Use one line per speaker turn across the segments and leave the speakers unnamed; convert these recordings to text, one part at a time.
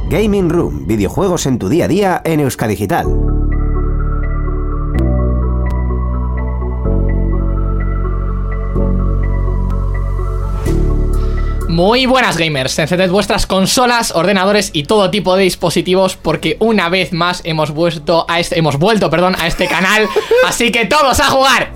Gaming Room, videojuegos en tu día a día en Euskadigital.
Muy buenas gamers, encended vuestras consolas, ordenadores y todo tipo de dispositivos porque una vez más hemos vuelto a este canal, así que todos a jugar.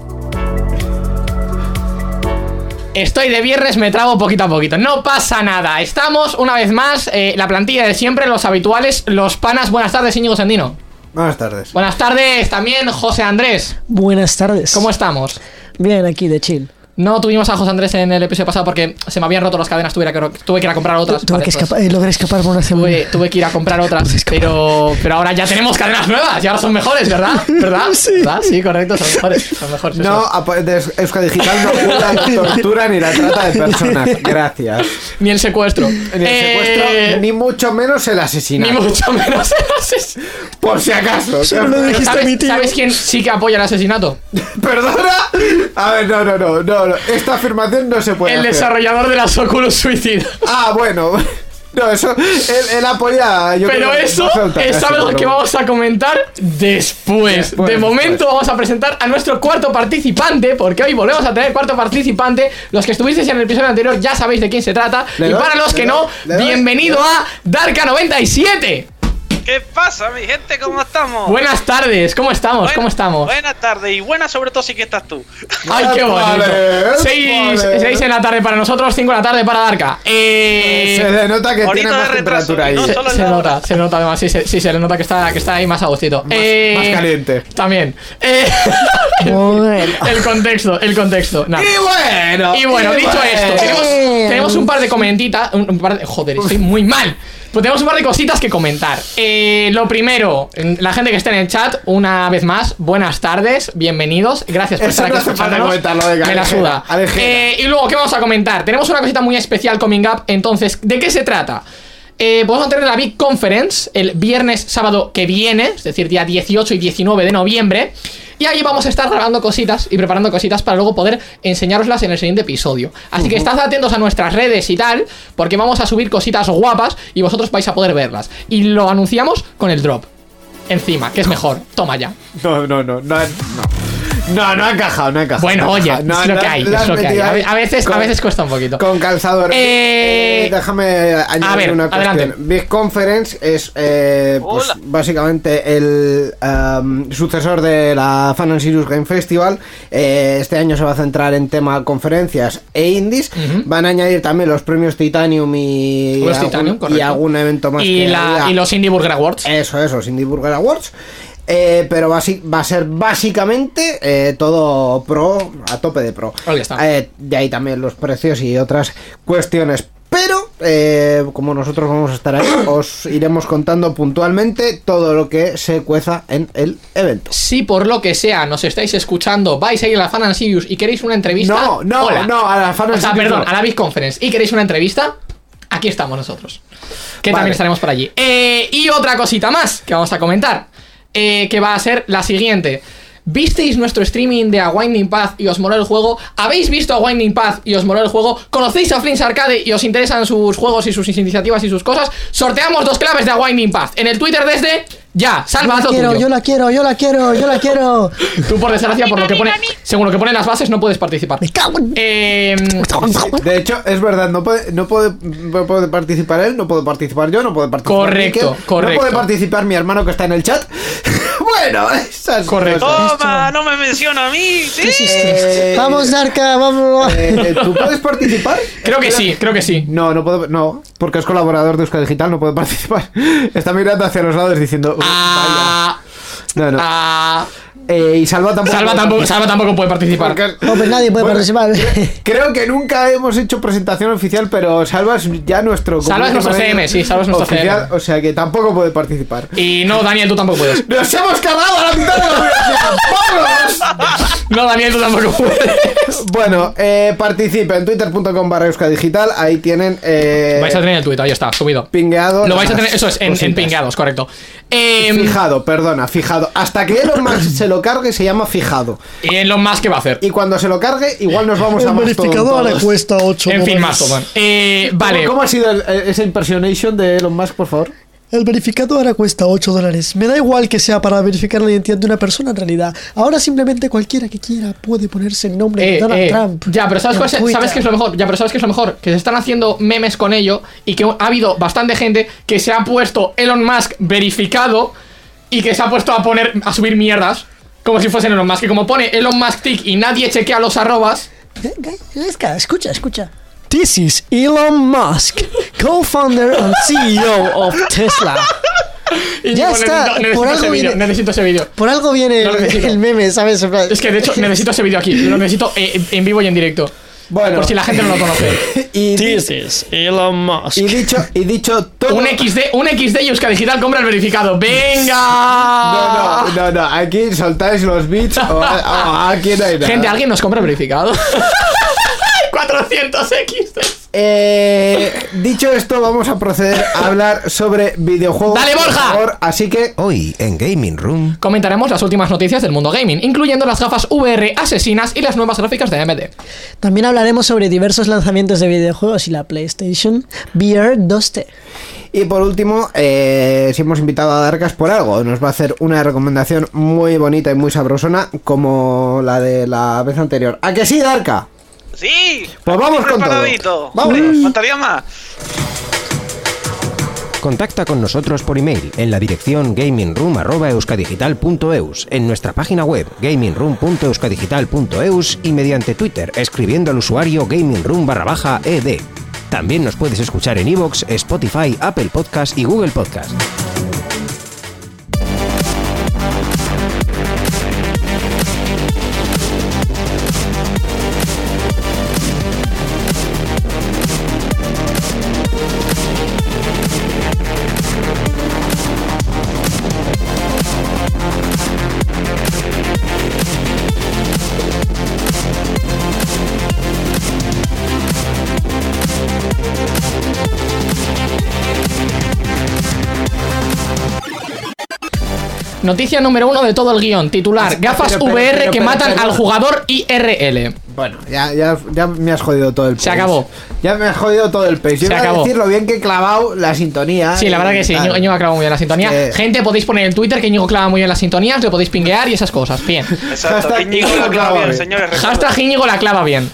Estoy de viernes, me trabo poquito a poquito, no pasa nada. Estamos una vez más, la plantilla de siempre, los habituales, los panas. Buenas tardes, Íñigo Sendino.
Buenas tardes.
Buenas tardes también, José Andrés.
Buenas tardes.
¿Cómo estamos?
Bien, aquí de chill.
No tuvimos a José Andrés en el episodio pasado porque se me habían roto las cadenas, tuve que ir a comprar otras.
Logré escapar por una semana.
Tuve que ir a comprar otras, pero ahora ya tenemos cadenas nuevas y ahora son mejores, ¿verdad? ¿Verdad?
Sí.
¿Verdad? Sí, correcto, son mejores.
No, Euskadigital no juega la tortura ni la trata de personas. Gracias.
Ni el secuestro.
Ni el secuestro, ni mucho menos el asesinato.
Ni mucho menos el asesinato.
Por si acaso.
Solo lo dijiste a mi tío.
¿Sabes quién sí que apoya el asesinato?
¿Perdona? A ver, no. Esta afirmación no se puede
El
hacer.
Desarrollador de las Oculus Suicida.
Ah, bueno. No, eso, él apoya.
Pero eso es algo que vamos a comentar después. De momento vamos a presentar a nuestro cuarto participante, porque hoy volvemos a tener cuarto participante. Los que estuvisteis en el episodio anterior ya sabéis de quién se trata. Y para los que no, bienvenido a Darka97.
¿Qué pasa, mi gente? ¿Cómo estamos?
Buenas tardes, ¿cómo estamos? ¿Cómo estamos?
Buenas tardes, y buenas sobre todo si que estás tú.
¡Ay, qué bonito! 6 en la tarde para nosotros, 5 en la tarde para Darka.
Se le nota que
bonito
tiene más temperatura ahí.
No
Se nota además, sí, se le nota que está ahí más a gustito.
Más caliente.
También.
Bueno.
El contexto. Nah.
Y
bueno, dicho esto, tenemos un par de comentitas. Joder, estoy muy mal. Pues tenemos un par de cositas que comentar. Lo primero, la gente que está en el chat, una vez más, buenas tardes, bienvenidos. Gracias por estar aquí escuchándonos. Me la suda. Y luego, ¿qué vamos a comentar? Tenemos una cosita muy especial coming up. Entonces, ¿de qué se trata? Vamos a tener la Big Conference el viernes, sábado que viene, es decir, día 18 y 19 de noviembre. Y ahí vamos a estar grabando cositas y preparando cositas para luego poder enseñároslas en el siguiente episodio. Así que estad atentos a nuestras redes y tal, porque vamos a subir cositas guapas y vosotros vais a poder verlas. Y lo anunciamos con el drop encima, que es mejor. Toma ya.
No ha encajado.
Bueno, oye, es lo que hay, A veces cuesta un poquito.
Con calzador. Déjame añadir una cuestión.
Adelante.
Big Conference es pues, básicamente el sucesor de la Fan and Serious Game Festival. Este año se va a centrar en tema conferencias e indies. Van a añadir también los premios Titanium y algún evento más.
Y los Indie Burger Awards.
Eso, los Indie Burger Awards. Pero va a ser básicamente todo pro, a tope de pro. De ahí también los precios y otras cuestiones. Pero, como nosotros vamos a estar ahí, os iremos contando puntualmente todo lo que se cueza en el evento.
Si por lo que sea nos estáis escuchando, vais a ir a la Fan and Serious y queréis una entrevista.
No, a la Fan and Serious.
Perdón, a la Big Conference y queréis una entrevista, aquí estamos nosotros. Que también estaremos por allí. Y otra cosita más que vamos a comentar. Que va a ser la siguiente. ¿Visteis nuestro streaming de A Winding Path y os moló el juego? ¿Habéis visto A Winding Path y os moló el juego? ¿Conocéis a Flames Arcade y os interesan sus juegos y sus iniciativas y sus cosas? Sorteamos 2 claves de A Winding Path en el Twitter desde ya. Salva,
yo la quiero.
Tú, por desgracia, por lo que pone, según lo que ponen las bases, no puedes participar.
Me cago en...
De hecho, es verdad, no puede participar él, no puedo participar yo, no puede participar
correcto.
No puede participar mi hermano que está en el chat. Bueno, esas
correcto.
Toma, no me menciona a mí. ¿Sí?
Vamos, Darka, vamos.
¿Tú puedes participar?
Creo que sí.
No puedo, no, porque es colaborador de Euskadigital, no puede participar. Está mirando hacia los lados diciendo vaya. No. Y Salva
tampoco puede participar.
No, pues nadie puede participar.
Creo que nunca hemos hecho presentación oficial, pero Salva es ya nuestro
CM, sí, Salva es nuestro
oficial,
CM.
O sea que tampoco puede participar.
Y no, Daniel, tú tampoco puedes.
¡Nos hemos cargado a la mitad de la universidad! ¡Vámonos!
No, Daniel, tú tampoco puedes.
Bueno, participe en twitter.com/euskadigital. Ahí tienen
vais a tener el tweet, ahí está, subido.
Pingueado.
Lo vais a tener, eso es, en pingados, correcto.
Fijado. Hasta que Elon Musk se lo cargue se llama fijado.
Y Elon Musk, ¿qué va a hacer?
Y cuando se lo cargue, igual nos vamos a
el verificador le cuesta 8
en fin, Mastodon. Vale.
¿Cómo ha sido esa impersonation de Elon Musk, por favor?
El verificado ahora cuesta $8. Me da igual que sea para verificar la identidad de una persona en realidad. Ahora simplemente cualquiera que quiera puede ponerse el nombre de Donald Trump.
Ya, pero ¿sabes qué es lo mejor? Que se están haciendo memes con ello y que ha habido bastante gente que se ha puesto Elon Musk verificado y que se ha puesto a subir mierdas como si fuesen Elon Musk. Que como pone Elon Musk tick y nadie chequea los arrobas.
Escucha. This is Elon Musk, co-founder and CEO of Tesla.
Y
Ya está,
necesito ese vídeo.
Por algo viene el meme, ¿sabes?
Es que de hecho necesito ese vídeo aquí. Lo necesito en vivo y en directo. Bueno, por si la gente no lo conoce.
This is Elon Musk.
Y dicho todo.
Un XD y Euska Digital compra el verificado. ¡Venga!
No. Aquí soltáis los bits o aquí no hay nada.
Gente, ¿alguien nos compra el verificado? 400 XD.
Dicho esto, vamos a proceder a hablar sobre videojuegos.
¡Dale, Borja!
Por favor, así que
Hoy en Gaming Room
comentaremos las últimas noticias del mundo gaming, incluyendo las gafas VR asesinas y las nuevas gráficas de AMD.
También hablaremos sobre diversos lanzamientos de videojuegos y la PlayStation VR 2T.
Y por último, si hemos invitado a Darkas por algo, nos va a hacer una recomendación muy bonita y muy sabrosona, como la de la vez anterior. ¿A que sí, Darka?
Sí.
Pues vamos con
todo.
Vámonos.
Faltaría más.
Contacta con nosotros por email en la dirección gamingroom@euskadigital.eus, en nuestra página web gamingroom.euskadigital.eus y mediante Twitter escribiendo al usuario gamingroom_ed. También nos puedes escuchar en iVoox, Spotify, Apple Podcast y Google Podcast.
Noticia número 1 de todo el guión. Titular: gafas VR que matan al jugador IRL.
Bueno, ya me has jodido todo el pace.
Se acabó.
Ya me has jodido todo el pace. Yo
Se
iba
acabó.
a decir lo bien que he clavado la sintonía.
Sí, la verdad que sí, Íñigo ha clavado muy bien la sintonía. Gente, podéis poner en Twitter que Íñigo clava muy bien las sintonías, lo podéis pinguear y esas cosas. Bien.
Exacto. Íñigo la clava bien, señores.
Hashtag Íñigo la clava bien.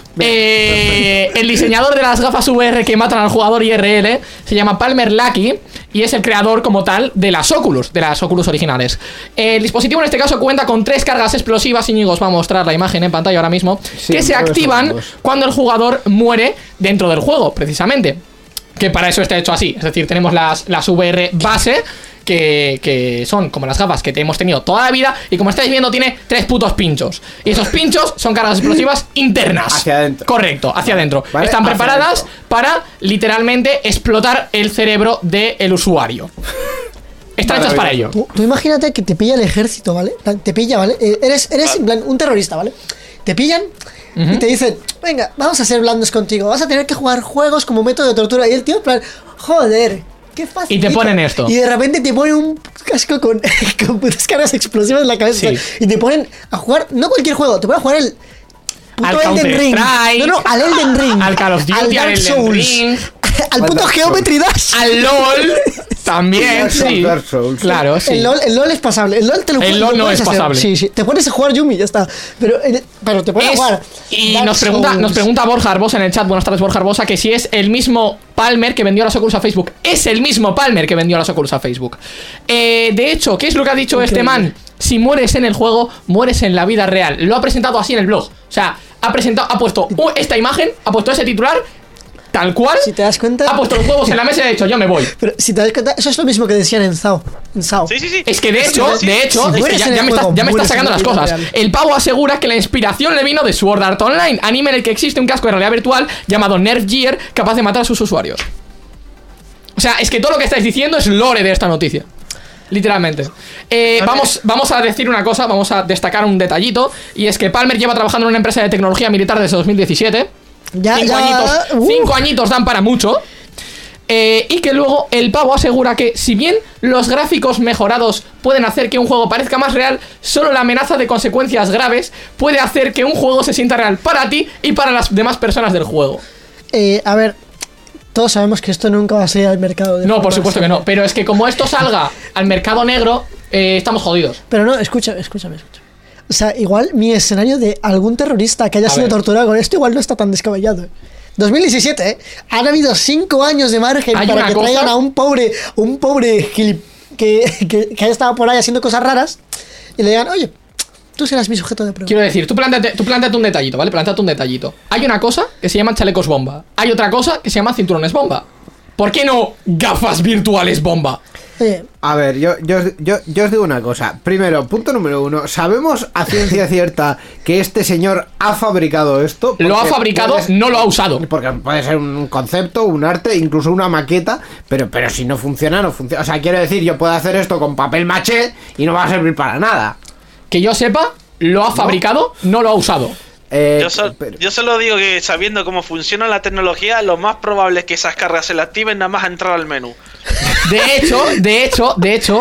El diseñador de las gafas VR que matan al jugador IRL se llama Palmer Luckey y es el creador como tal de las Oculus originales. El dispositivo en este caso cuenta con 3 cargas explosivas. Íñigo os va a mostrar la imagen en pantalla ahora mismo,
sí,
que se activan cuando el jugador muere dentro del juego, precisamente. Que para eso está hecho así. Es decir, tenemos las VR base, que son como las gafas que hemos tenido toda la vida. Y como estáis viendo, tiene 3 putos pinchos. Y esos pinchos son cargas explosivas internas.
Hacia adentro.
Correcto, hacia adentro.
¿Vale?
Están
Hacia
preparadas
adentro.
para literalmente explotar el cerebro del usuario. Están hechas para ello.
Tú imagínate que te pilla el ejército, ¿vale? Te pilla, ¿vale? Eres en plan un terrorista, ¿vale? Te pillan y te dicen, venga, vamos a ser blandos contigo, vas a tener que jugar juegos como método de tortura. Y el tío en plan, joder, qué fácil.
Y te ponen esto.
Y de repente te ponen un casco con putas cargas explosivas en la cabeza.
Sí.
Y te ponen a jugar, no cualquier juego, te ponen a jugar el
Al
puto Elden Ring.
Counter-Strike.
No, al Elden Ring.
Al Call of Duty, al
Dark
Elden
Souls.
Ring.
Al puto Geometry Dash.
Al LOL. También, sí.
Dark Souls.
Claro, sí.
El LOL es pasable. El LOL te lo
El
lo
LOL no
puedes
es
hacer.
pasable.
Sí. Te pones a jugar Yumi, ya está. Pero te pones a jugar.
Y
Dark
nos
Souls.
pregunta Borja Arbosa en el chat, buenas tardes Borja Arbosa, que si es el mismo Palmer que vendió las Oculus a Facebook. Es el mismo Palmer que vendió las Oculus a Facebook. De hecho, ¿qué es lo que ha dicho este man? Si mueres en el juego, mueres en la vida real. Lo ha presentado así en el blog. O sea, ha puesto esta imagen, ha puesto ese titular, tal cual.
Si te das cuenta.
Ha puesto los huevos en la mesa y ha dicho, yo me voy.
Pero si te das cuenta, eso es lo mismo que decían en SAO.
Sí.
Es que de hecho,
Si
es que
mueres en el
ya me
juego,
está
mueres
sacando
en
las
la vida
cosas.
real.
El pavo asegura que la inspiración le vino de Sword Art Online, anime en el que existe un casco de realidad virtual llamado Nerf Gear capaz de matar a sus usuarios. O sea, es que todo lo que estáis diciendo es lore de esta noticia. Literalmente. Vamos a decir una cosa, vamos a destacar un detallito. Y es que Palmer lleva trabajando en una empresa de tecnología militar desde 2017. 5 añitos dan para mucho. Y que luego el pavo asegura que si bien los gráficos mejorados pueden hacer que un juego parezca más real, solo la amenaza de consecuencias graves puede hacer que un juego se sienta real para ti y para las demás personas del juego.
A ver, Todos sabemos que esto nunca va a salir al mercado.
No, por supuesto que no. Pero es que como esto salga al mercado negro, estamos jodidos.
Pero no, escúchame. O sea, igual mi escenario de algún terrorista que haya sido torturado con esto igual no está tan descabellado. 2017, han habido 5 años de margen para que traigan a un pobre que haya estado por ahí haciendo cosas raras y le digan, oye, tú serás mi sujeto de prueba.
Quiero decir, tú planteate un detallito, ¿vale? Planteate un detallito. Hay una cosa que se llaman chalecos bomba. Hay otra cosa que se llama cinturones bomba. ¿Por qué no gafas virtuales bomba?
A ver, yo os digo una cosa. Primero, punto número 1. ¿Sabemos a ciencia cierta que este señor ha fabricado esto?
Lo ha fabricado, no lo ha usado.
Porque puede ser un concepto, un arte, incluso una maqueta, pero si no funciona, no funciona. O sea, quiero decir, yo puedo hacer esto con papel maché y no va a servir para nada.
Que yo sepa, lo ha fabricado, no lo ha usado.
Yo solo digo que sabiendo cómo funciona la tecnología, lo más probable es que esas cargas se la activen nada más a entrar al menú.
De hecho,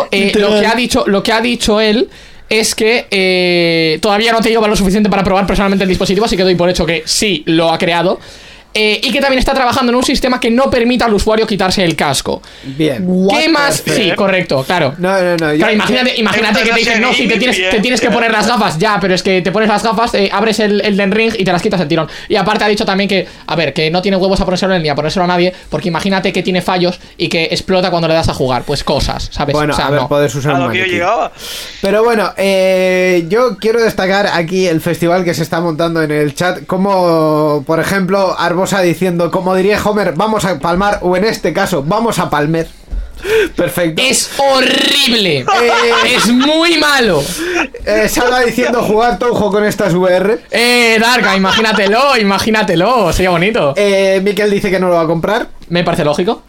lo que ha dicho él es que todavía no te lleva lo suficiente para probar personalmente el dispositivo, así que doy por hecho que sí lo ha creado. Y que también está trabajando en un sistema que no permita al usuario quitarse el casco.
Bien.
¿Qué más? Sí, correcto, claro.
No.
Claro, imagínate que te dicen, no, si te tienes que poner las gafas, ya, pero es que te pones las gafas, abres el Elden Ring y te las quitas el tirón. Y aparte ha dicho también que, a ver, que no tiene huevos a ponérselo ni a ponérselo a nadie, porque imagínate que tiene fallos y que explota cuando le das a jugar. Pues cosas, ¿sabes?
Bueno,
o sea,
a ver, puedes usar un maniquí. Pero bueno, yo quiero destacar aquí el festival que se está montando en el chat, como, por ejemplo, Arbosa diciendo, como diría Homer, vamos a palmar, o en este caso, vamos a palmer. Perfecto.
Es horrible. Es muy malo.
Salva diciendo jugar Touhou con estas VR.
Darka, imagínatelo. Sería bonito.
Mikel dice que no lo va a comprar.
Me parece lógico.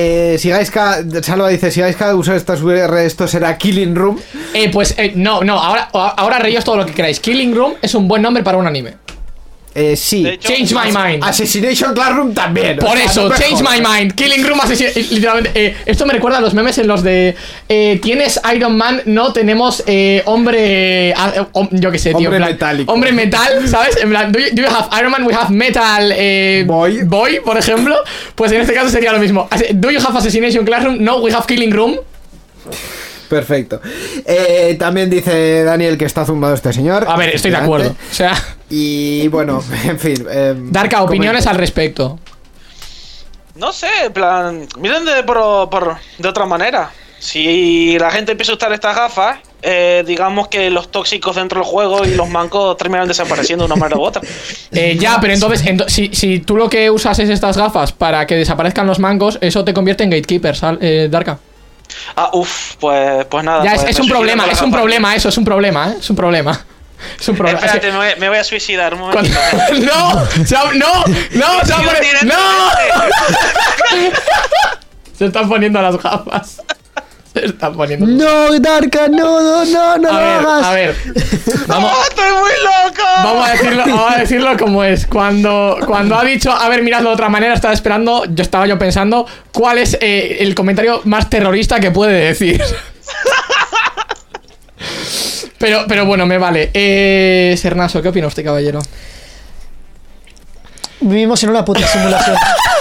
Salva dice, si vais a usar estas VR, esto será Killing Room.
No, ahora reíos todo lo que queráis. Killing Room es un buen nombre para un anime.
Sí.
Hecho,
Change my mind.
Assassination Classroom también.
Por eso, no change my mind. Killing Room, literalmente. Esto me recuerda a los memes en los de tienes Iron Man, no tenemos hombre. Yo qué sé, tío.
Hombre metálico.
Hombre metal, ¿sabes? En plan, do you have Iron Man? We have metal. Boy, por ejemplo. Pues en este caso sería lo mismo. Do you have Assassination Classroom? No, we have Killing Room.
Perfecto. También dice Daniel que está zumbado este señor.
A ver, estoy de acuerdo. O sea.
Y bueno, en fin.
Darka, opiniones al respecto.
No sé, en plan, miren de otra manera. Si la gente empieza a usar estas gafas, digamos que los tóxicos dentro del juego y los mancos terminan desapareciendo de una manera u otra.
Ya, pero entonces, si tú lo que usas es estas gafas para que desaparezcan los mancos, eso te convierte en gatekeeper, Darka.
Pues nada.
Ya,
pues
es un problema, es un problema. Es un problema.
Espérate, me voy a suicidar un momentito.
¡No! Se están poniendo las gafas. Se están poniendo.
No, Darka, no lo hagas.
A ver.
¡Estoy muy loco!
Vamos a decirlo como es. Cuando ha dicho, a ver, miradlo de otra manera, estaba yo pensando cuál es el comentario más terrorista que puede decir. Pero bueno, me vale. Sernaso, ¿qué opina usted, caballero?
Vivimos en una puta simulación.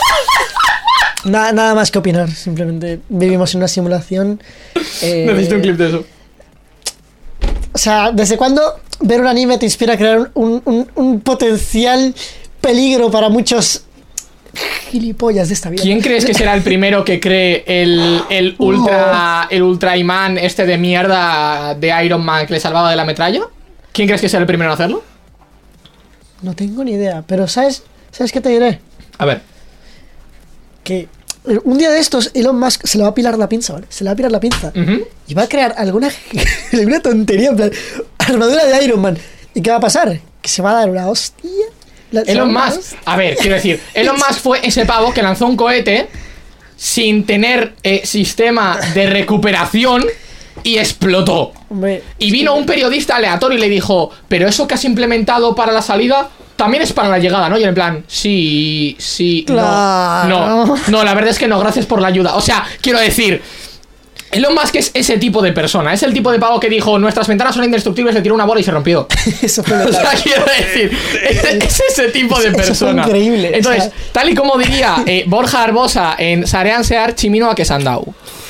Nada más que opinar. Simplemente vivimos en una simulación.
Necesito un clip de eso.
O sea, ¿desde cuándo ver un anime te inspira a crear un potencial peligro para muchos gilipollas de esta vida?
¿Quién crees que será el primero que cree el ultra imán este de mierda de Iron Man que le salvaba de la metralla? ¿Quién crees que será el primero en hacerlo?
No tengo ni idea, pero ¿sabes qué te diré?
A ver.
Que un día de estos Elon Musk se le va a pilar la pinza, ¿vale? Se le va a pilar la pinza y va a crear alguna tontería, en plan, armadura de Iron Man. ¿Y qué va a pasar? Que se va a dar una hostia.
Elon Musk, a ver, quiero decir, Elon Musk fue ese pavo que lanzó un cohete sin tener sistema de recuperación y explotó.
Hombre,
y vino un periodista aleatorio y le dijo, pero eso que has implementado para la salida también es para la llegada, ¿no? Y en plan, sí,
claro.
no, la verdad es que no, gracias por la ayuda. O sea, quiero decir, Elon Musk es ese tipo de persona. Es el tipo de pavo que dijo: nuestras ventanas son indestructibles, le tiró una bola y se rompió.
Eso fue
O sea, quiero decir, es ese tipo de persona.
Eso fue increíble.
Entonces, tal y como diría Borja Arbosa en Sarean Sear, Chimino a que Sandau.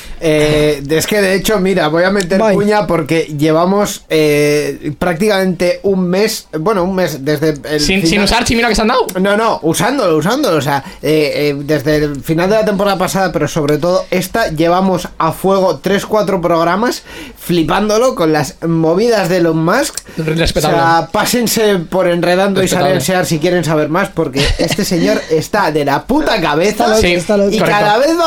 Es que de hecho, mira, voy a meter cuña porque llevamos prácticamente un mes desde el
¿Sin usar Chimino a que Sandau?
No, usándolo, o sea, desde el final de la temporada pasada, pero sobre todo esta, llevamos a fuego 3-4 programas flipándolo con las movidas de Elon Musk.
Respetable.
O sea, pásense por Enredando y Sarean si quieren saber más, porque este señor está de la puta cabeza.
Está loco.
Y
correcto.
cada vez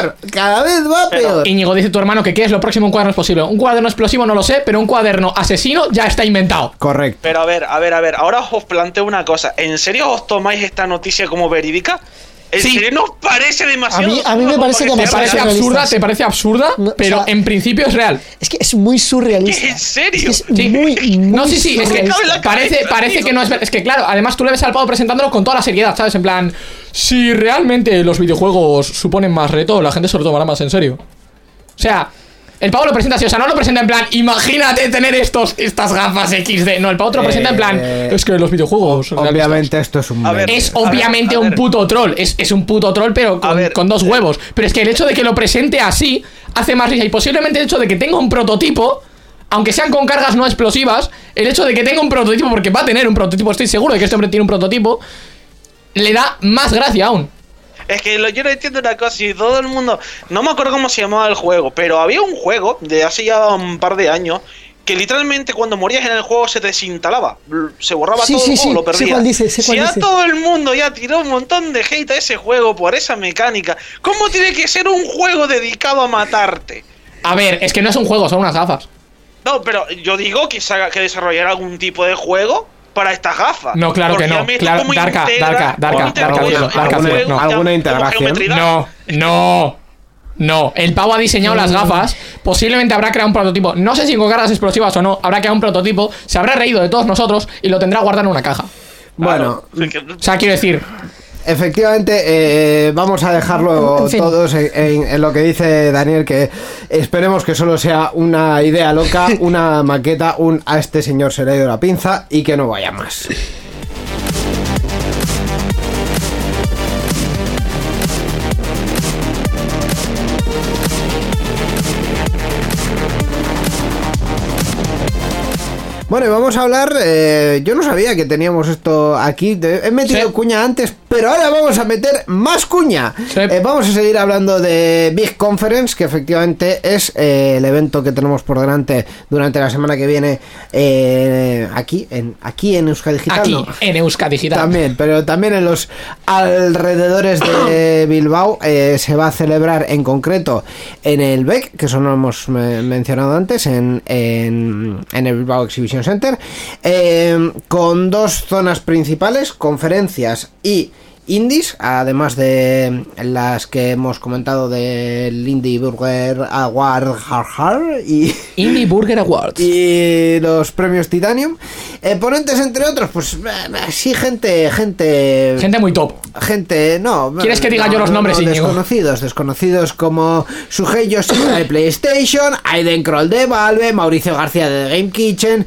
va peor.
Íñigo, dice tu hermano que ¿qué es lo próximo? Un cuaderno explosivo. Un cuaderno explosivo no lo sé, pero un cuaderno asesino ya está inventado.
Correcto.
Pero a ver, ahora os planteo una cosa. ¿En serio os tomáis esta noticia como verídica? ¿En serio nos parece demasiado?
A mí me parece
¿Te parece absurda? ¿Te parece absurda?
No,
pero
o sea,
en principio es real.
Es que es muy surrealista.
¿En serio?
Es
Sí.
muy
No, sí, es que
surrealista.
parece que no es verdad. Es que claro, además tú le ves al pavo presentándolo con toda la seriedad, ¿sabes? En plan, si realmente los videojuegos suponen más reto, la gente se lo tomará más en serio. O sea, el pavo lo presenta así, o sea, no lo presenta en plan, imagínate tener estas gafas XD. No, el pavo te lo presenta en plan, es que los videojuegos
Obviamente esto es un...
A ver,
es obviamente un puto troll. Es un puto troll, pero con dos huevos. Pero es que el hecho de que lo presente así hace más risa. Y posiblemente el hecho de que tenga un prototipo, aunque sean con cargas no explosivas, el hecho de que tenga un prototipo, porque va a tener un prototipo, estoy seguro de que este hombre tiene un prototipo, le da más gracia aún.
Es que yo no entiendo una cosa y todo el mundo... No me acuerdo cómo se llamaba el juego, pero había un juego de hace ya un par de años que literalmente cuando morías en el juego se desinstalaba. Se borraba todo el juego, lo perdías.
Sé cuál dice.
Ya todo el mundo ya tiró un montón de hate a ese juego por esa mecánica. ¿Cómo tiene que ser un juego dedicado a matarte?
A ver, es que no es un juego, son unas gafas.
No, pero yo digo que desarrollar algún tipo de juego para estas gafas.
No, claro que no. Claro, Darka,
¿Alguna integración?
No, el pavo ha diseñado las gafas. Posiblemente habrá creado un prototipo. No sé si con cargas explosivas o no. Habrá creado un prototipo. Se habrá reído de todos nosotros y lo tendrá guardado en una caja.
Bueno,
O sea, quiero decir,
efectivamente, vamos a dejarlo todos en lo que dice Daniel, que esperemos que solo sea una idea loca, una maqueta, a este señor se le ha ido la pinza y que no vaya más. Bueno, y vamos a hablar, yo no sabía que teníamos esto aquí, he metido cuña antes, pero ahora vamos a meter más cuña. Vamos a seguir hablando de Big Conference, que efectivamente es el evento que tenemos por delante durante la semana que viene aquí en Euskadi Digital.
aquí,
¿no?
en Euskadi Digital.
También, pero también en los alrededores de Bilbao se va a celebrar en concreto en el BEC, que eso no hemos mencionado antes, en el Bilbao Exhibition Center, con dos zonas principales, conferencias y indies, además de las que hemos comentado del Indie Burger Award y
Indie Burger Awards
y los premios Titanium, ponentes entre otros, pues sí, gente
muy top.
no.
¿Quieres que diga yo los nombres, Íñigo?
Desconocidos como Sugei Yoshida de PlayStation, Aiden Kroll de Valve, Mauricio García de Game Kitchen,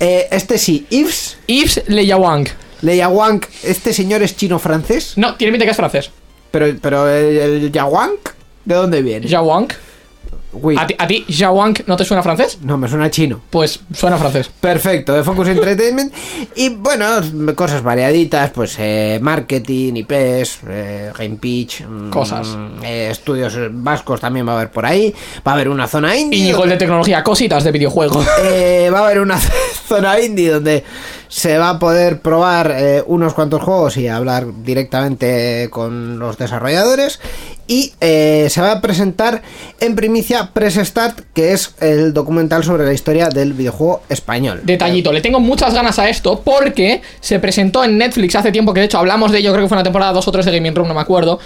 Yves
Leia Wang.
Leia Wang, este señor es chino-francés.
No, tiene pinta que es francés.
Pero el Yawang, ¿de dónde viene?
Jia Wang. ¿A ti Jia Wang no te suena francés?
No, me suena chino.
Pues suena francés.
Perfecto, de Focus Entertainment. Y bueno, cosas variaditas, pues marketing, IPs, Game Pitch,
cosas.
Estudios vascos también va a haber por ahí. Va a haber una zona indie.
Y gol de tecnología, cositas de videojuegos.
Va a haber una zona indie donde se va a poder probar unos cuantos juegos y hablar directamente con los desarrolladores. Y se va a presentar en primicia Press Start, que es el documental sobre la historia del videojuego español.
Detallito, le tengo muchas ganas a esto porque se presentó en Netflix hace tiempo, que de hecho hablamos de ello, creo que fue en la temporada 2 o 3 de Gaming Room, no me acuerdo.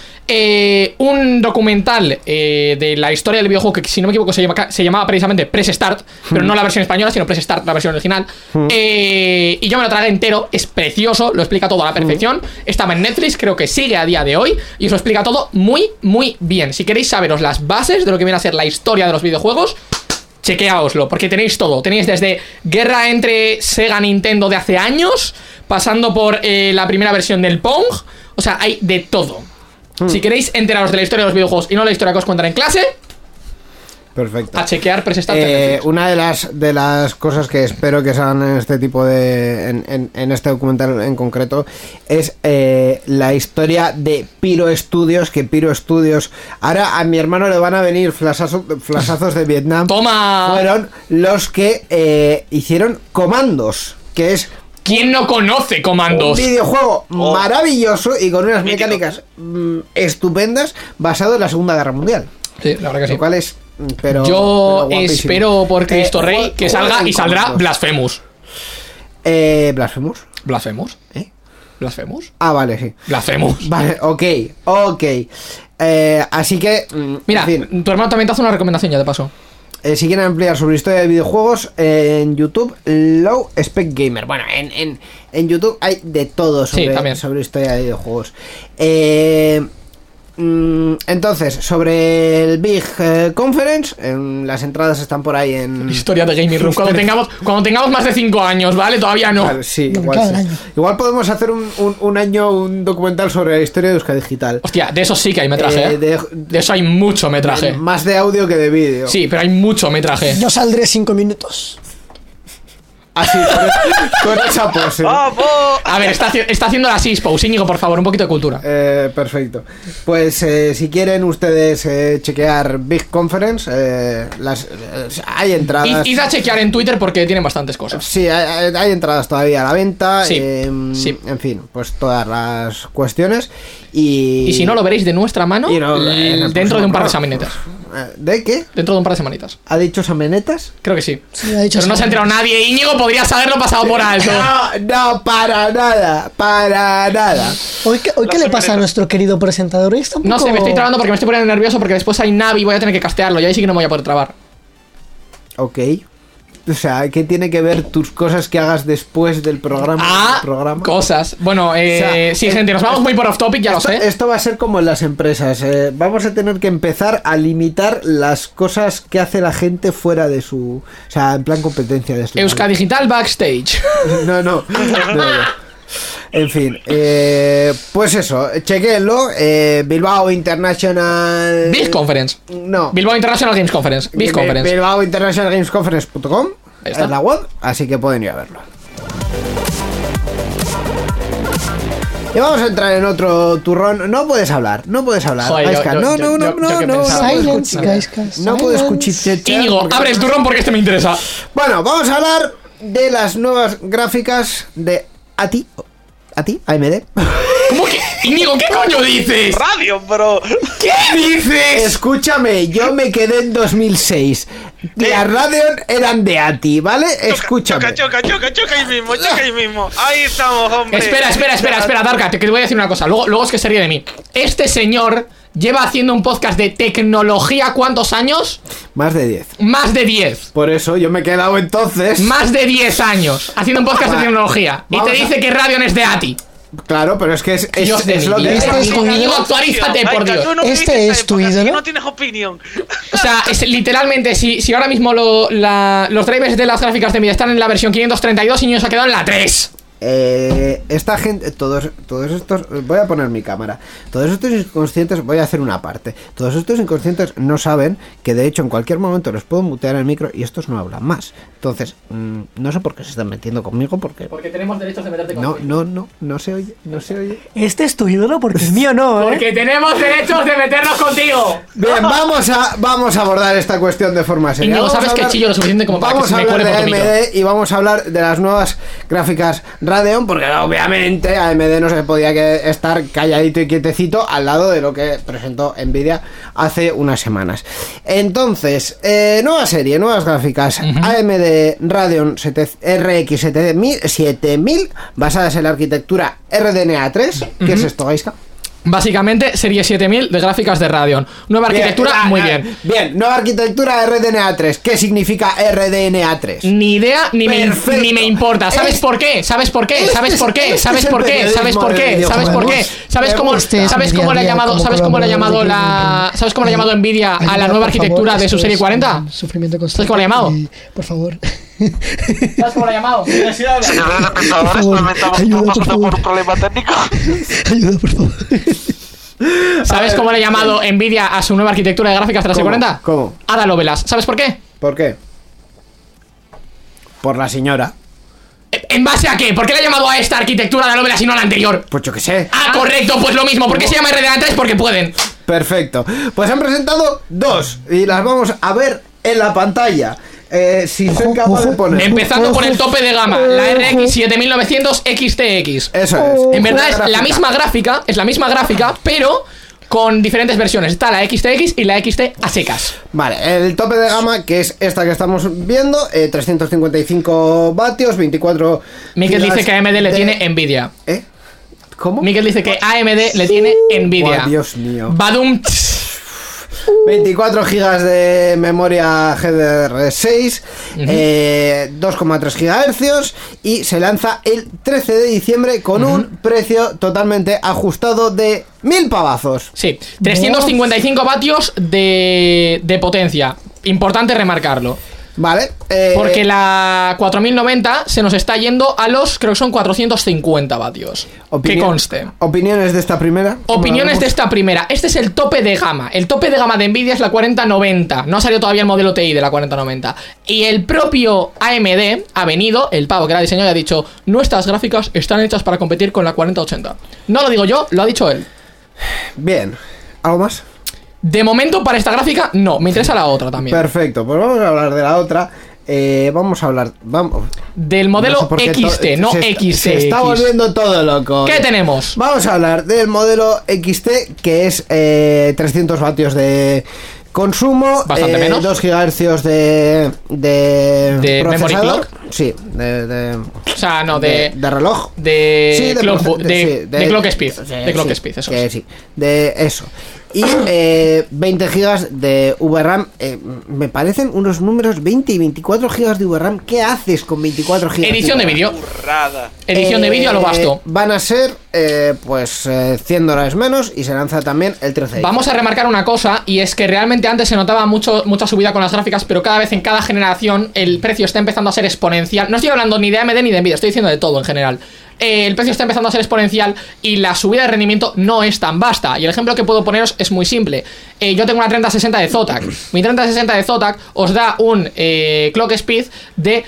Un documental de la historia del videojuego que, si no me equivoco, se llamaba precisamente Press Start, pero no la versión española, sino Press Start, la versión original. Y yo me lo tragué entero, es precioso, lo explica todo a la perfección. Estaba en Netflix, creo que sigue a día de hoy, y os lo explica todo muy, muy bien. Si queréis saberos las bases de lo que viene a ser la historia de los videojuegos, chequeaoslo, porque tenéis todo. Tenéis desde guerra entre Sega y Nintendo de hace años, pasando por la primera versión del Pong. O sea, hay de todo. Si queréis enteraros de la historia de los videojuegos y no la historia que os cuentan en clase,
perfecto.
A chequear,
una de las cosas que espero que salgan en este tipo de en este documental en concreto es la historia de Pyro Studios, que Pyro Studios, ahora a mi hermano le van a venir flasazos de Vietnam.
¡Toma!
Fueron los que hicieron Comandos, que es...
¿Quién no conoce Comandos?
Un videojuego maravilloso y con unas mecánicas estupendas, basado en la Segunda Guerra Mundial.
Sí, la verdad que sí.
Lo cual es...
Yo espero por Cristo Rey que salga y saldrá Blasphemous.
¿Blasphemous?
¿Blasphemous? ¿Blasphemous?
Ah, vale, sí.
Blasphemous.
Vale, ok. Así que...
Mira,
en fin,
tu hermano también te hace una recomendación ya de paso.
si quieren ampliar sobre historia de videojuegos, en YouTube, Low Spec Gamer. Bueno, en YouTube hay de todo sobre historia de videojuegos. Entonces, sobre el Big Conference, las entradas están por ahí en...
Historia de Gaming Room. Cuando tengamos más de 5 años, ¿vale? Todavía no.
Vale, sí, igual podemos hacer un documental sobre la historia de Euskadi Digital.
Hostia, de eso sí que hay metraje. De eso hay mucho metraje.
Más de audio que de vídeo.
Sí, pero hay mucho metraje.
Yo saldré 5 minutos.
Así, con esa pose.
A ver, está haciendo la Six-Pose. Íñigo, por favor, un poquito de cultura.
Perfecto. Pues si quieren ustedes chequear Big Conference, hay entradas.
Id a chequear en Twitter porque tienen bastantes cosas.
Sí, hay entradas todavía a la venta.
Sí.
En fin, pues todas las cuestiones. Y
si no, lo veréis de nuestra mano dentro de un par de semanetas.
¿De qué?
Dentro de un par de semanitas.
¿Ha dicho semanetas?
Creo que sí.
Ha dicho
pero no se ha enterado nadie. Íñigo, podrías haberlo pasado por alto.
No, para nada.
¿Hoy qué le pasa a nuestro querido presentador?
No sé, me estoy trabando porque me estoy poniendo nervioso porque después hay Navi y voy a tener que castearlo y ahí sí que no me voy a poder trabar.
Ok. O sea, ¿qué tiene que ver tus cosas que hagas después del programa?
Cosas. Bueno, sí, gente, nos vamos muy por off topic, ya lo sé.
Esto va a ser como en las empresas. Vamos a tener que empezar a limitar las cosas que hace la gente fuera de su... O sea, en plan competencia de esto.
Euskadi Digital Backstage.
No. En fin, pues eso, chequenlo. Bilbao International
Big Conference.
No,
Bilbao International Games Conference. Big Conference.
Bilbao International Games Conference.com es la web, así que pueden ir a verlo. Y vamos a entrar en otro turrón. No puedes hablar.
Joder,
Gaiska, no.
Silence, Gaiska.
No puedes cuchichear.
Íñigo, abre el turrón porque este me interesa.
Bueno, vamos a hablar de las nuevas gráficas de AMD.
¿Cómo que? Íñigo, ¿qué coño dices?
Radio, bro.
¿Qué dices?
Escúchame, yo me quedé en 2006. Las Radeon eran de ATI, ¿vale? Escúchame.
Choca ahí mismo. Ahí estamos, hombre.
Espera, Darka, te voy a decir una cosa. Luego es que se ríe de mí. Este señor lleva haciendo un podcast de tecnología, ¿cuántos años?
Más de 10.
Más de 10.
Por eso yo me he quedado entonces.
Más de 10 años haciendo un podcast de tecnología. Y te dice que Radeon es de ATI.
Claro, pero es que es lo que
es.
Actualízate, por Dios.
Este es tu ídolo.
No tienes opinión.
O sea, es literalmente, si ahora mismo los drivers de las gráficas de Nvidia están en la versión 532 y Niño se ha quedado en la 3.
Esta gente, todos estos, voy a poner mi cámara, todos estos inconscientes, voy a hacer una parte, todos estos inconscientes no saben que de hecho en cualquier momento les puedo mutear el micro y estos no hablan más. Entonces, no sé por qué se están metiendo conmigo, porque
tenemos derechos de meterte conmigo.
No se oye.
Este es tu ídolo porque el mío no,
Porque tenemos derechos de meternos contigo.
Bien, vamos a abordar esta cuestión de forma seria.
Y no sabes que chillo lo suficiente como para que se me cuele por tu micro.
Vamos a hablar de AMD y vamos a hablar de las nuevas gráficas Radeon, porque obviamente AMD no se podía estar calladito y quietecito al lado de lo que presentó Nvidia hace unas semanas. Entonces, nuevas gráficas. AMD Radeon RX 7000 basadas en la arquitectura RDNA 3. ¿Qué es esto, Gaiska?
Básicamente, serie 7000 de gráficas de Radeon. Nueva arquitectura, muy bien.
Bien, nueva arquitectura RDNA 3. ¿Qué significa RDNA 3?
Ni idea, ni me importa. ¿Sabes por qué? ¿Sabes por qué? ¿Sabes por qué? ¿Sabes por qué? ¿Sabes por qué? ¿Sabes por qué? ¿Sabes cómo le ha llamado? ¿Sabes cómo le ha llamado Nvidia a la nueva arquitectura de su serie 40?
Sufrimiento constante.
¿Sabes cómo le ha llamado?
Por favor.
¿Sabes cómo le ha llamado?
Señores de pensadores, estamos pasando por un problema técnico.
Ayuda, por favor.
¿Sabes cómo le ha llamado Nvidia a su nueva arquitectura de gráficas de la serie 40?
¿Cómo?
Ada Lovelace. ¿Sabes por qué?
¿Por qué? Por la señora.
¿En base a qué? ¿Por qué le ha llamado a esta arquitectura de Lovelace y no a la anterior?
Pues yo qué sé.
Ah, correcto, pues lo mismo. ¿Por qué se llama RDNA 3? Porque pueden.
Perfecto. Pues han presentado 2 y las vamos a ver en la pantalla. Si soy capaz de poner.
Empezando con el tope de gama, la RX 7900 XTX.
Eso es.
En verdad es la misma gráfica, pero con diferentes versiones. Está la XTX y la XT a secas.
Vale, el tope de gama, que es esta que estamos viendo, 355 vatios, 24.
Mikel dice que AMD le tiene Nvidia.
¿Cómo?
Mikel dice que AMD le tiene Nvidia.
Dios mío.
Badum.
24 GB de memoria GDR6, 2,3 GHz y se lanza el 13 de diciembre con un precio totalmente ajustado de 1000 pavazos.
Sí, 355 vatios de potencia. Importante remarcarlo.
Vale.
Porque la 4090 se nos está yendo a los, creo que son 450 vatios. Que conste.
¿Opiniones de esta primera?
Opiniones de esta primera. Este es el tope de gama. El tope de gama de Nvidia es la 4090. No ha salido todavía el modelo TI de la 4090. Y el propio AMD ha venido, el pavo que era diseñador, y ha dicho: nuestras gráficas están hechas para competir con la 4080. No lo digo yo, lo ha dicho él.
Bien. ¿Algo más?
De momento, para esta gráfica, no. Me interesa la otra también.
Perfecto, pues vamos a hablar de la otra. Vamos a hablar
del modelo XT, no XT.
Se está volviendo todo loco.
¿Qué tenemos?
Vamos a hablar del modelo XT, que es 300 vatios de consumo,
bastante menos.
2 GHz de
memory clock.
Sí,
o sea, no, de
reloj.
De
de
clock speed. De clock speed, eso es.
Sí, de eso. Y 20 GB de VRAM. Me parecen unos números: 20 y 24 GB de VRAM. ¿Qué haces con 24 GB?
Edición de vídeo. Edición de vídeo a lo vasto.
Van a ser pues $100 menos y se lanza también el 13.
Vamos a remarcar una cosa, y es que realmente antes se notaba mucha subida con las gráficas, pero cada vez en cada generación el precio está empezando a ser exponencial. No estoy hablando ni de AMD ni de Nvidia, estoy diciendo de todo en general. El precio está empezando a ser exponencial y la subida de rendimiento no es tan vasta. Y el ejemplo que puedo poneros es muy simple. Yo tengo una 3060 de Zotac. Mi 3060 de Zotac os da un clock speed de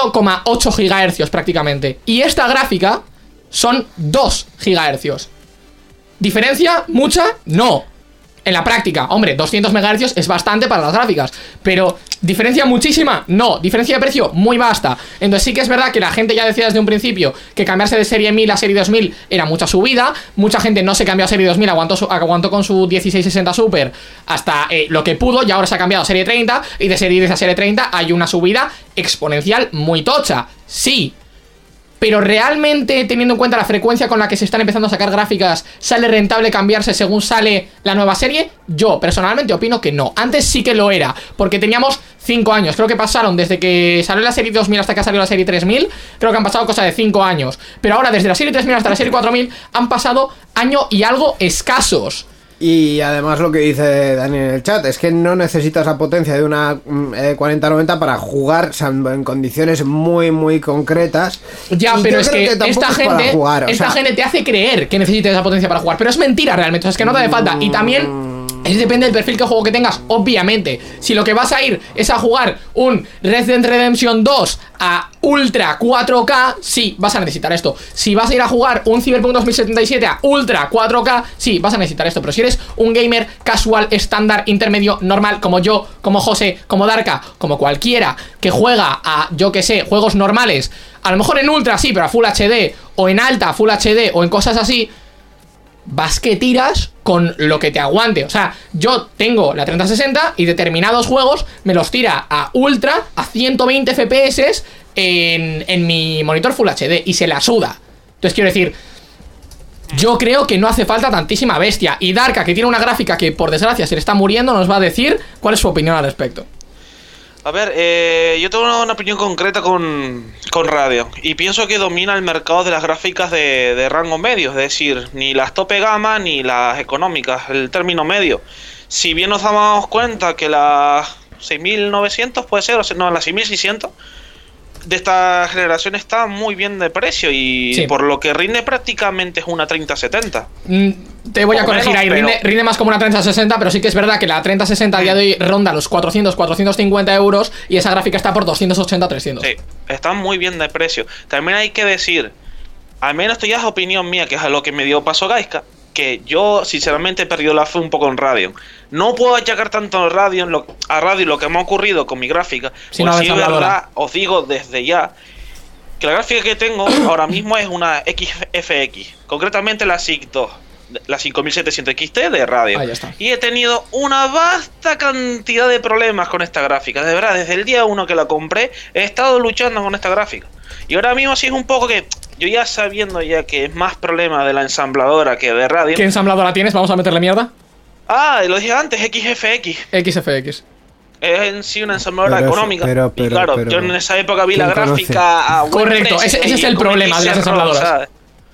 1,8 GHz prácticamente. Y esta gráfica son 2 GHz. ¿Diferencia mucha? No. En la práctica, hombre, 200 MHz es bastante para las gráficas, pero ¿diferencia muchísima? No. ¿Diferencia de precio? Muy vasta. Entonces sí que es verdad que la gente ya decía desde un principio que cambiarse de serie 1000 a serie 2000 era mucha subida. Mucha gente no se cambió a serie 2000, aguantó con su 1660 Super hasta lo que pudo, y ahora se ha cambiado a serie 30, y de serie 10 a serie 30 hay una subida exponencial muy tocha. Sí. Pero realmente, teniendo en cuenta la frecuencia con la que se están empezando a sacar gráficas, ¿sale rentable cambiarse según sale la nueva serie? Yo personalmente opino que no. Antes sí que lo era, porque teníamos 5 años. Creo que pasaron desde que salió la serie 2000 hasta que salió la serie 3000. Creo que han pasado cosa de 5 años. Pero ahora desde la serie 3000 hasta la serie 4000 han pasado año y algo escasos.
Y además lo que dice Dani en el chat es que no necesitas la potencia de una 4090 para jugar, salvo en condiciones muy muy concretas.
Ya, pero es que esta gente te hace creer que necesitas esa potencia para jugar, pero es mentira realmente, o sea, es que no te hace falta. Y también depende del perfil de juego que tengas, obviamente. Si lo que vas a ir es a jugar un Red Dead Redemption 2 a Ultra 4K, sí, vas a necesitar esto. Si vas a ir a jugar un Cyberpunk 2077 a Ultra 4K, sí, vas a necesitar esto. Pero si eres un gamer casual, estándar, intermedio, normal, como yo, como José, como Darka, como cualquiera que juega a, yo que sé, juegos normales, a lo mejor en Ultra sí, pero a Full HD, o en Alta, Full HD, o en cosas así, vas que tiras con lo que te aguante. O sea, yo tengo la 3060 y determinados juegos me los tira a Ultra, a 120 FPS en mi monitor Full HD, y se la suda. Entonces quiero decir, Yo creo que no hace falta tantísima bestia. Y Darka, que tiene una gráfica que por desgracia se le está muriendo, nos va a decir cuál es su opinión al respecto.
A ver, yo tengo una opinión concreta con Radeon. Y pienso que domina el mercado de las gráficas de rango medio. Es decir, ni las tope gama ni las económicas, el término medio. Si bien nos damos cuenta que las 6900 puede ser, o no, las 6600 de esta generación está muy bien de precio y sí, por lo que rinde prácticamente es una 3070.
Te voy a corregir ahí, rinde más como una 3060, pero sí que es verdad que la 3060 a día de hoy ronda los 400-450 euros y esa gráfica está por 280-300.
Sí, está muy bien de precio. También hay que decir, al menos esto ya es opinión mía, que es a lo que me dio paso Gaiska, que yo sinceramente he perdido la fe un poco en Radeon. No puedo achacar tanto a Radeon lo que me ha ocurrido con mi gráfica. Si no, es verdad, os digo desde ya que la gráfica que tengo ahora mismo es una XFX, concretamente la SIG 2, la 5700 XT de Radeon.
Ahí está.
Y he tenido una vasta cantidad de problemas con esta gráfica. De verdad, desde el día 1 que la compré he estado luchando con esta gráfica. Y ahora mismo sí es un poco que yo ya sabiendo ya que es más problema de la ensambladora que de Radeon.
¿Qué ensambladora tienes? ¿Vamos a meterle mierda?
Ah, lo dije antes, XFX.
XFX.
Es en sí una ensambladora económica. Y claro, yo en esa época vi la gráfica a buen
correcto,
precio,
ese es el problema de las ensambladoras. ¿Sabes?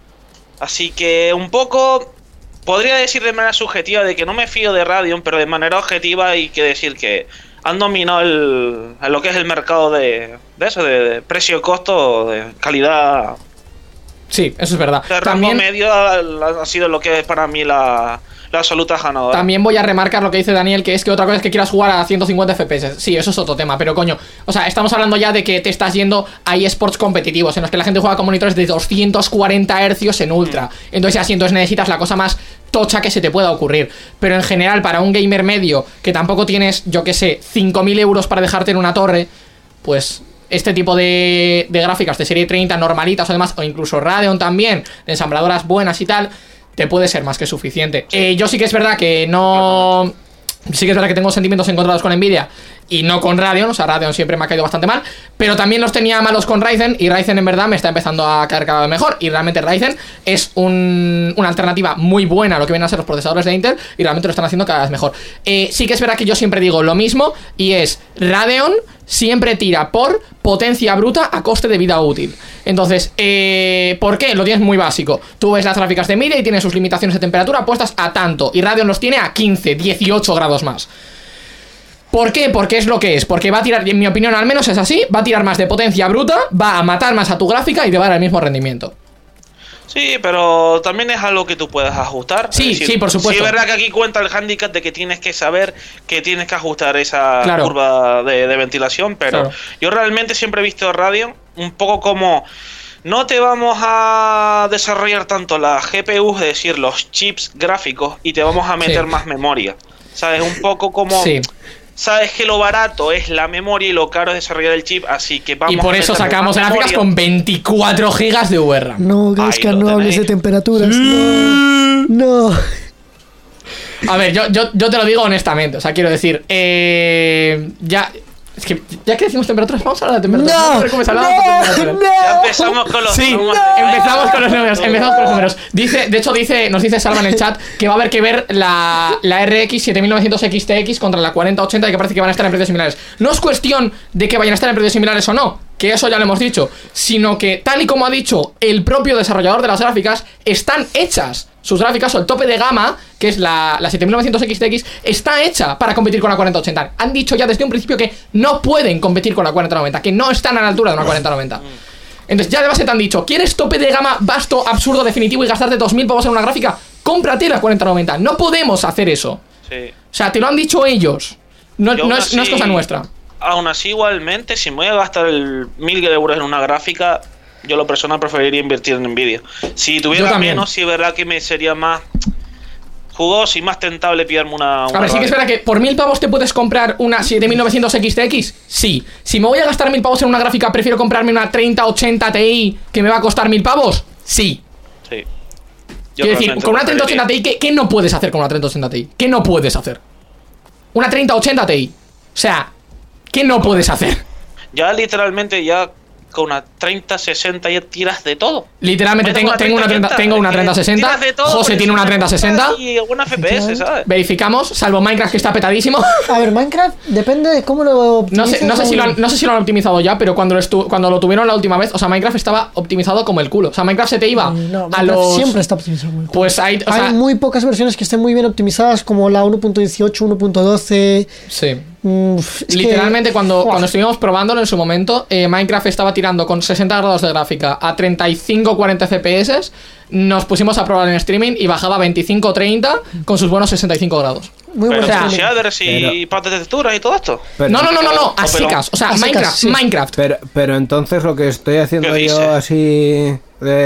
Así que un poco podría decir de manera subjetiva de que no me fío de Radeon, pero de manera objetiva hay que decir que han dominado lo que es el mercado de eso, de precio-costo, de calidad.
Sí, eso es verdad.
El rango medio ha sido lo que es para mí la absoluta ganadora.
También voy a remarcar lo que dice Daniel, que es que otra cosa es que quieras jugar a 150 FPS. Sí, eso es otro tema, pero coño, o sea, estamos hablando ya de que te estás yendo a eSports competitivos, en los que la gente juega con monitores de 240 Hz en ultra. Entonces así, necesitas la cosa más tocha que se te pueda ocurrir. Pero en general, para un gamer medio, que tampoco tienes, yo que sé, 5.000 euros para dejarte en una torre, pues este tipo de gráficas de serie 30 normalitas o demás, o incluso Radeon también, de ensambladoras buenas y tal, te puede ser más que suficiente. Yo sí que es verdad que no... Sí que es verdad que tengo sentimientos encontrados con Nvidia y no con Radeon, o sea, Radeon siempre me ha caído bastante mal, pero también los tenía malos con Ryzen, y Ryzen en verdad me está empezando a caer cada vez mejor, y realmente Ryzen es una alternativa muy buena a lo que vienen a ser los procesadores de Intel, y realmente lo están haciendo cada vez mejor. Sí que es verdad que yo siempre digo lo mismo, y es Radeon siempre tira por potencia bruta a coste de vida útil. Entonces, ¿por qué? Lo tienes muy básico. Tú ves las gráficas de Nvidia y tiene sus limitaciones de temperatura puestas a tanto, y Radeon los tiene a 15, 18 grados más. ¿Por qué? Porque es lo que es. Porque va a tirar, en mi opinión al menos es así, va a tirar más de potencia bruta, va a matar más a tu gráfica y te va a dar el mismo rendimiento.
Sí, pero también es algo que tú puedes ajustar.
Sí,
decir,
sí, por supuesto.
Sí, es verdad que aquí cuenta el handicap de que tienes que saber que tienes que ajustar esa curva de ventilación, pero yo realmente siempre he visto Radeon un poco como... No te vamos a desarrollar tanto la GPU, es decir, los chips gráficos, y te vamos a meter más memoria. ¿Sabes? Un poco como... Sabes que lo barato es la memoria y lo caro es desarrollar el chip, así que vamos a...
Y por eso sacamos gráficas con 24 GB de VRAM.
No, Gaiska, no hables de temperaturas. No.
A ver, yo te lo digo honestamente, o sea, quiero decir, ya... Es que ya que decimos temperaturas, vamos a hablar de temperaturas.
Ya empezamos con los números.
Empezamos con los números. Nos dice Salva en el chat que va a haber que ver la RX 7900 XTX contra la 4080 y que parece que van a estar en precios similares. No es cuestión de que vayan a estar en precios similares o no, que eso ya lo hemos dicho, sino que tal y como ha dicho el propio desarrollador de las gráficas, están hechas. Sus gráficas, o el tope de gama, que es la 7900 XTX, está hecha para competir con la 4080. Han dicho ya desde un principio que no pueden competir con la 4090, que no están a la altura de una 4090. Entonces ya de base te han dicho, ¿quieres tope de gama vasto, absurdo, definitivo y gastarte 2.000 pavos en una gráfica? Cómprate la 4090. No podemos hacer eso.
Sí.
O sea, te lo han dicho ellos. No es cosa nuestra.
Aún así, igualmente, si me voy a gastar 1.000 euros en una gráfica... Yo lo personal preferiría invertir en Nvidia. Si tuviera menos, sí es verdad que me sería más jugoso y más tentable pillarme una
a ver, sí que es verdad que por 1.000 pavos te puedes comprar una 7900 XTX. Sí. Si me voy a gastar 1.000 pavos en una gráfica, prefiero comprarme una 3080 Ti que me va a costar 1.000 pavos. Sí.
Sí.
Quiero decir, con una 3080 Ti, ¿qué no puedes hacer con una 3080 Ti? ¿Qué no puedes hacer? Una 3080 Ti. O sea, ¿qué no puedes hacer?
Ya literalmente ya... con una 3060 y tiras de todo.
Literalmente tengo una 3060. José tiene una 3060.
Y alguna FPS, ¿sabes?
Verificamos, salvo Minecraft que está petadísimo.
A ver, Minecraft depende de cómo lo optimices.
No sé si lo han optimizado ya, pero cuando lo tuvieron la última vez, o sea, Minecraft estaba optimizado como el culo. O sea, Minecraft se te iba a los...
Siempre está optimizado como el culo.
Pues hay
muy pocas versiones que estén muy bien optimizadas, como la 1.18, 1.12.
Sí. Literalmente cuando estuvimos probándolo en su momento, Minecraft estaba tirando con 60 grados de gráfica a 35-40 FPS. Nos pusimos a probar en streaming y bajaba a 25-30 con sus buenos 65 grados.
Muy bueno.
Pero shaders y partes de texturas y todo esto.
No, a secas. O sea, Minecraft.
Pero entonces lo que estoy haciendo yo así...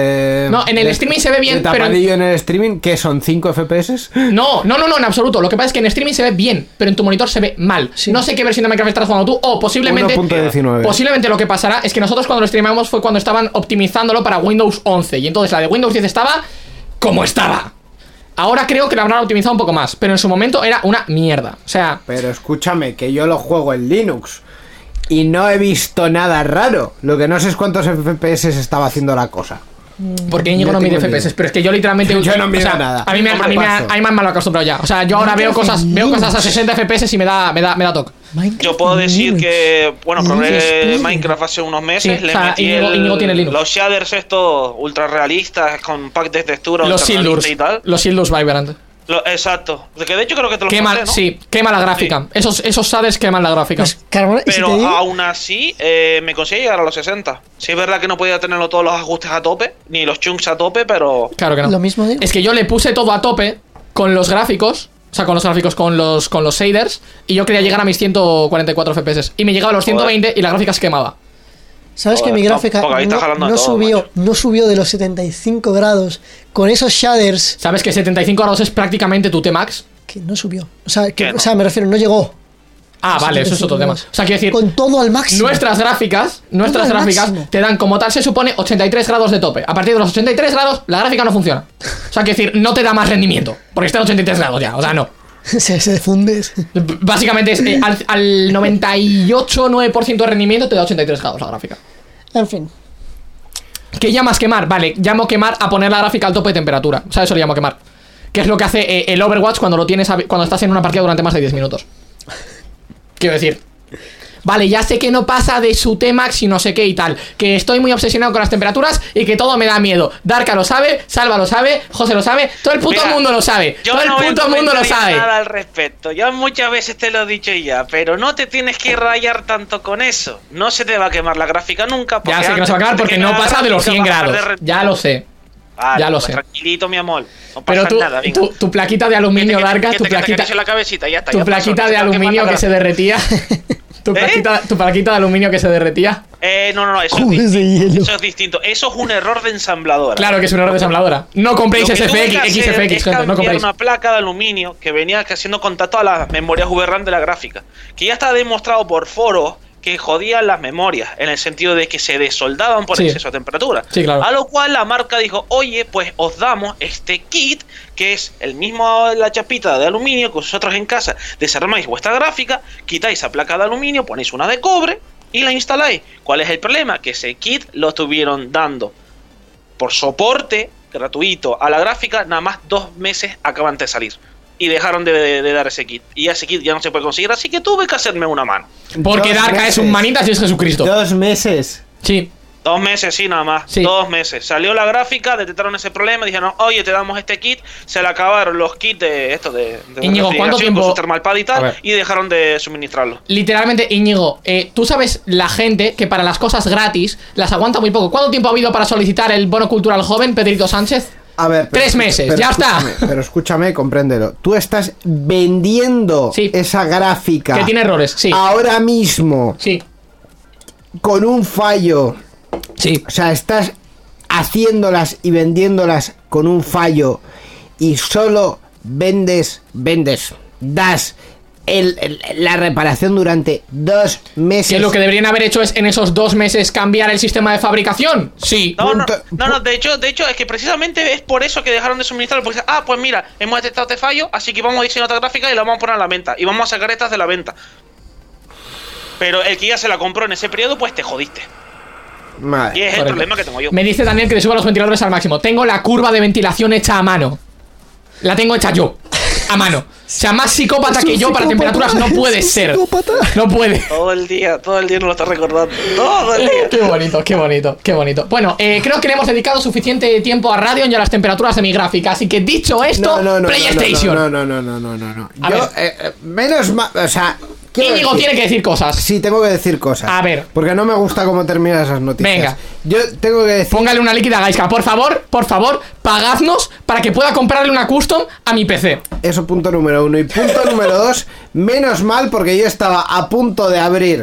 No, en el streaming se ve bien,
pero en el streaming, ¿qué son? ¿5 FPS?
No, en absoluto. Lo que pasa es que en streaming se ve bien, pero en tu monitor se ve mal. Sí. No sé qué versión de Minecraft estás jugando tú, o posiblemente
1.19.
Posiblemente lo que pasará es que nosotros cuando lo streamamos fue cuando estaban optimizándolo para Windows 11 y entonces la de Windows 10 estaba como estaba. Ahora creo que lo habrán optimizado un poco más, pero en su momento era una mierda. O sea,
pero escúchame, que yo lo juego en Linux y no he visto nada raro. Lo que no sé es cuántos FPS estaba haciendo la cosa.
Porque Íñigo no mide FPS, pero es que yo literalmente...
Yo no mido nada.
A mí me han mal acostumbrado ya. O sea, yo ahora veo cosas a 60 FPS y me da toque.
Yo puedo decir que, bueno, probé Minecraft hace unos meses, le metí
Íñigo tiene Linux.
Los shaders estos ultra realistas con pack de textura
los Sildurs
y tal.
Los Sildurs Vibrant.
Exacto. Que de hecho creo que te lo pasé, ¿no?
Sí, quema la gráfica. Sí. Esos shaders queman la gráfica.
Pues,
pero aún así me conseguí llegar a los 60. Sí es verdad que no podía tenerlo todos los ajustes a tope, ni los chunks a tope, pero...
Claro que no.
Lo mismo digo.
Es que yo le puse todo a tope con los gráficos. O sea, con los shaders. Y yo quería llegar a mis 144 FPS. Y me llegaba a los 120 y la gráfica se quemaba.
¿Sabes que mi gráfica no subió de los 75 grados con esos shaders?
¿Sabes que 75 grados es prácticamente tu T-Max?
Que no subió. O sea, me refiero, no llegó.
Ah, vale, eso es otro tema. O sea, quiero decir,
con todo al máximo.
Nuestras gráficas te dan como tal, se supone, 83 grados de tope. A partir de los 83 grados, la gráfica no funciona. O sea, quiero decir, no te da más rendimiento. Porque está en 83 grados ya, o sea, no.
se funde.
Básicamente es al 98-9% de rendimiento te da 83 grados la gráfica.
En fin.
¿Qué llamas quemar? Vale, llamo quemar a poner la gráfica al tope de temperatura. O sea, eso lo llamo quemar. Que es lo que hace el Overwatch cuando estás en una partida durante más de 10 minutos. Quiero decir, vale, ya sé que no pasa de su T-Max y no sé qué y tal, que estoy muy obsesionado con las temperaturas y que todo me da miedo. Darka lo sabe, Salva lo sabe, José lo sabe, todo el puto mundo lo sabe. Todo el puto mundo lo sabe.
Nada al respecto. Yo muchas veces te lo he dicho ya, pero no te tienes que rayar tanto con eso. No se te va a quemar la gráfica nunca.
Ya sé que no se va a quemar porque no pasa de los 100 grados. Ya lo sé.
Vale,
ya lo
sé.
Tranquilito,
mi amor. No pasa
pero
nada,
tu plaquita de aluminio, Darka, tu plaquita de aluminio que se derretía. Tu plaquita de aluminio que se derretía.
No, eso es distinto. Eso es un error de ensambladora.
Claro que es un error de ensambladora. No compréis SFX, XFX, gente, no compréis.
Una placa de aluminio que venía haciendo contacto a las memorias VRAM de la gráfica, que ya está demostrado por foros que jodían las memorias, en el sentido de que se desoldaban por exceso de temperatura.
Sí, claro.
A lo cual la marca dijo, oye, pues os damos este kit, que es el mismo, la chapita de aluminio que vosotros en casa desarmáis vuestra gráfica, quitáis la placa de aluminio, ponéis una de cobre y la instaláis. ¿Cuál es el problema? Que ese kit lo estuvieron dando por soporte gratuito a la gráfica, nada más 2 meses acaban de salir. Y dejaron de dar ese kit. Y ese kit ya no se puede conseguir, así que tuve que hacerme una mano.
Porque Darka es un manitas y es Jesucristo.
2 meses.
Sí.
2 meses, sí, nada más.
Sí.
2 meses. Salió la gráfica, detectaron ese problema, dijeron, oye, te damos este kit. Se le acabaron los kits de esto de
Íñigo, ¿cuánto tiempo?
Con su thermalpad y tal, y dejaron de suministrarlo.
Literalmente, Íñigo, tú sabes la gente que para las cosas gratis las aguanta muy poco. ¿Cuánto tiempo ha habido para solicitar el bono cultural joven, Pedrito Sánchez?
A ver,
3 meses, ya está.
Pero escúchame, compréndelo. Tú estás vendiendo esa gráfica.
Que tiene errores, sí.
Ahora mismo.
Sí.
Con un fallo.
Sí.
O sea, estás haciéndolas y vendiéndolas con un fallo. Y solo das la reparación durante 2 meses.
Que lo que deberían haber hecho es en esos 2 meses cambiar el sistema de fabricación. Sí.
No, de hecho es que precisamente es por eso que dejaron de suministrarlo, porque pues mira, hemos detectado este fallo, así que vamos a diseñar otra gráfica y la vamos a poner a la venta y vamos a sacar estas de la venta. Pero el que ya se la compró en ese periodo, pues te jodiste. Y es el problema que tengo yo.
Me dice Daniel que le suba los ventiladores al máximo. Tengo la curva de ventilación hecha a mano. La tengo hecha yo. A mano. O sea, más psicópata que yo para temperaturas no puede ser. No puede.
Todo el día no lo está recordando. Todo el día.
Qué bonito. Bueno, creo que le hemos dedicado suficiente tiempo a Radeon y a las temperaturas de mi gráfica. Así que dicho esto, PlayStation.
No. Yo, menos mal. O sea.
Íñigo tiene que decir cosas.
Sí, tengo que decir cosas.
A ver.
Porque no me gusta cómo terminan esas noticias.
Venga.
Yo tengo que decir.
Póngale una líquida a Gaiska. Por favor, pagadnos para que pueda comprarle una custom a mi PC.
Eso, punto número 1. Y punto número 2, menos mal, porque yo estaba a punto de abrir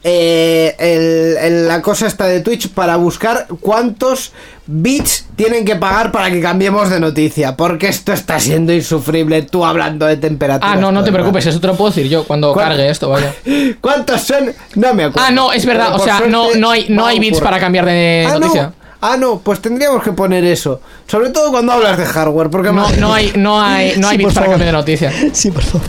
la cosa esta de Twitch para buscar cuántos bits tienen que pagar para que cambiemos de noticia, porque esto está siendo insufrible, tú hablando de temperatura.
No te preocupes, eso te lo puedo decir yo cuando cargue esto, vaya.
¿Cuántos son? No me acuerdo.
No, es verdad, o sea, no hay bits para cambiar de noticia.
No, pues tendríamos que poner eso. Sobre todo cuando hablas de hardware, porque
no hay
Sí,
bits para cambiar de noticia.
Sí, por favor.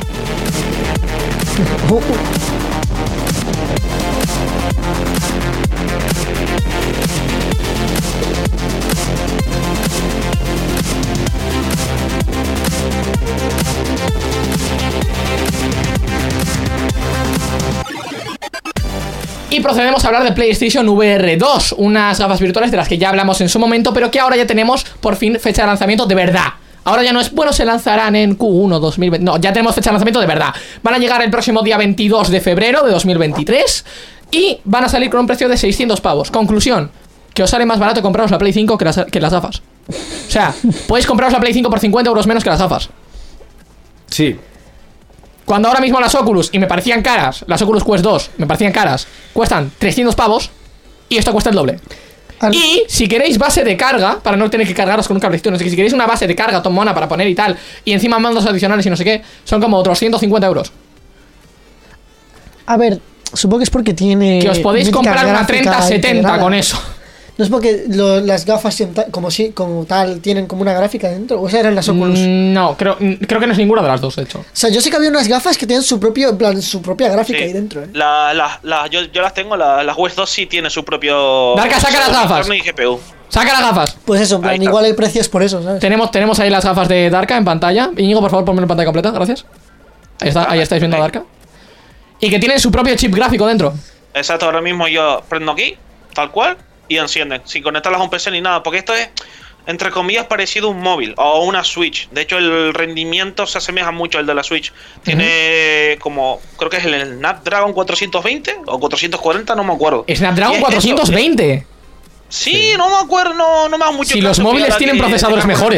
Y procedemos a hablar de PlayStation VR 2, unas gafas virtuales de las que ya hablamos en su momento, pero que ahora ya tenemos por fin fecha de lanzamiento de verdad. Ahora ya no es, bueno, se lanzarán en Q1 2020. No, ya tenemos fecha de lanzamiento de verdad. Van a llegar el próximo día 22 de febrero de 2023 y van a salir con un precio de 600 pavos. Conclusión, que os sale más barato compraros la Play 5 que las gafas. O sea, podéis compraros la Play 5 por 50 euros menos que las gafas.
Sí.
Cuando ahora mismo las Oculus, y me parecían caras, las Oculus Quest 2, me parecían caras, cuestan 300 pavos y esto cuesta el doble. Y si queréis base de carga, para no tener que cargaros con un cablecito, no sé qué, si queréis una base de carga tomona para poner y tal, y encima mandos adicionales y no sé qué, son como otros 150 euros.
A ver, supongo que es porque tiene...
Que os podéis comprar una 3070 con eso.
¿No es porque las gafas como tal tienen como una gráfica dentro? ¿O esas eran las Oculus?
No, creo que no es ninguna de las dos, de hecho.
O sea, yo sé que había unas gafas que tienen su propia gráfica ahí dentro, ¿eh?
Yo las tengo, las Quest 2 sí tiene su propio...
Darka, saca las gafas.
Y GPU.
Saca las gafas.
Pues eso, en plan, igual el precio es por eso, ¿sabes?
Tenemos ahí las gafas de Darka en pantalla. Íñigo, por favor, ponme en pantalla completa, gracias. Ahí estáis viendo a Darka. Y que tienen su propio chip gráfico dentro.
Exacto, ahora mismo yo prendo aquí, tal cual, y encienden, sin conectarlas a un PC ni nada, porque esto es, entre comillas, parecido a un móvil o una Switch. De hecho, el rendimiento se asemeja mucho al de la Switch. Tiene como, creo que es el Snapdragon 420 o 440, no me acuerdo.
¿Snapdragon 420?
Sí, no me acuerdo, no me hago mucho
si los móviles tienen procesadores mejores.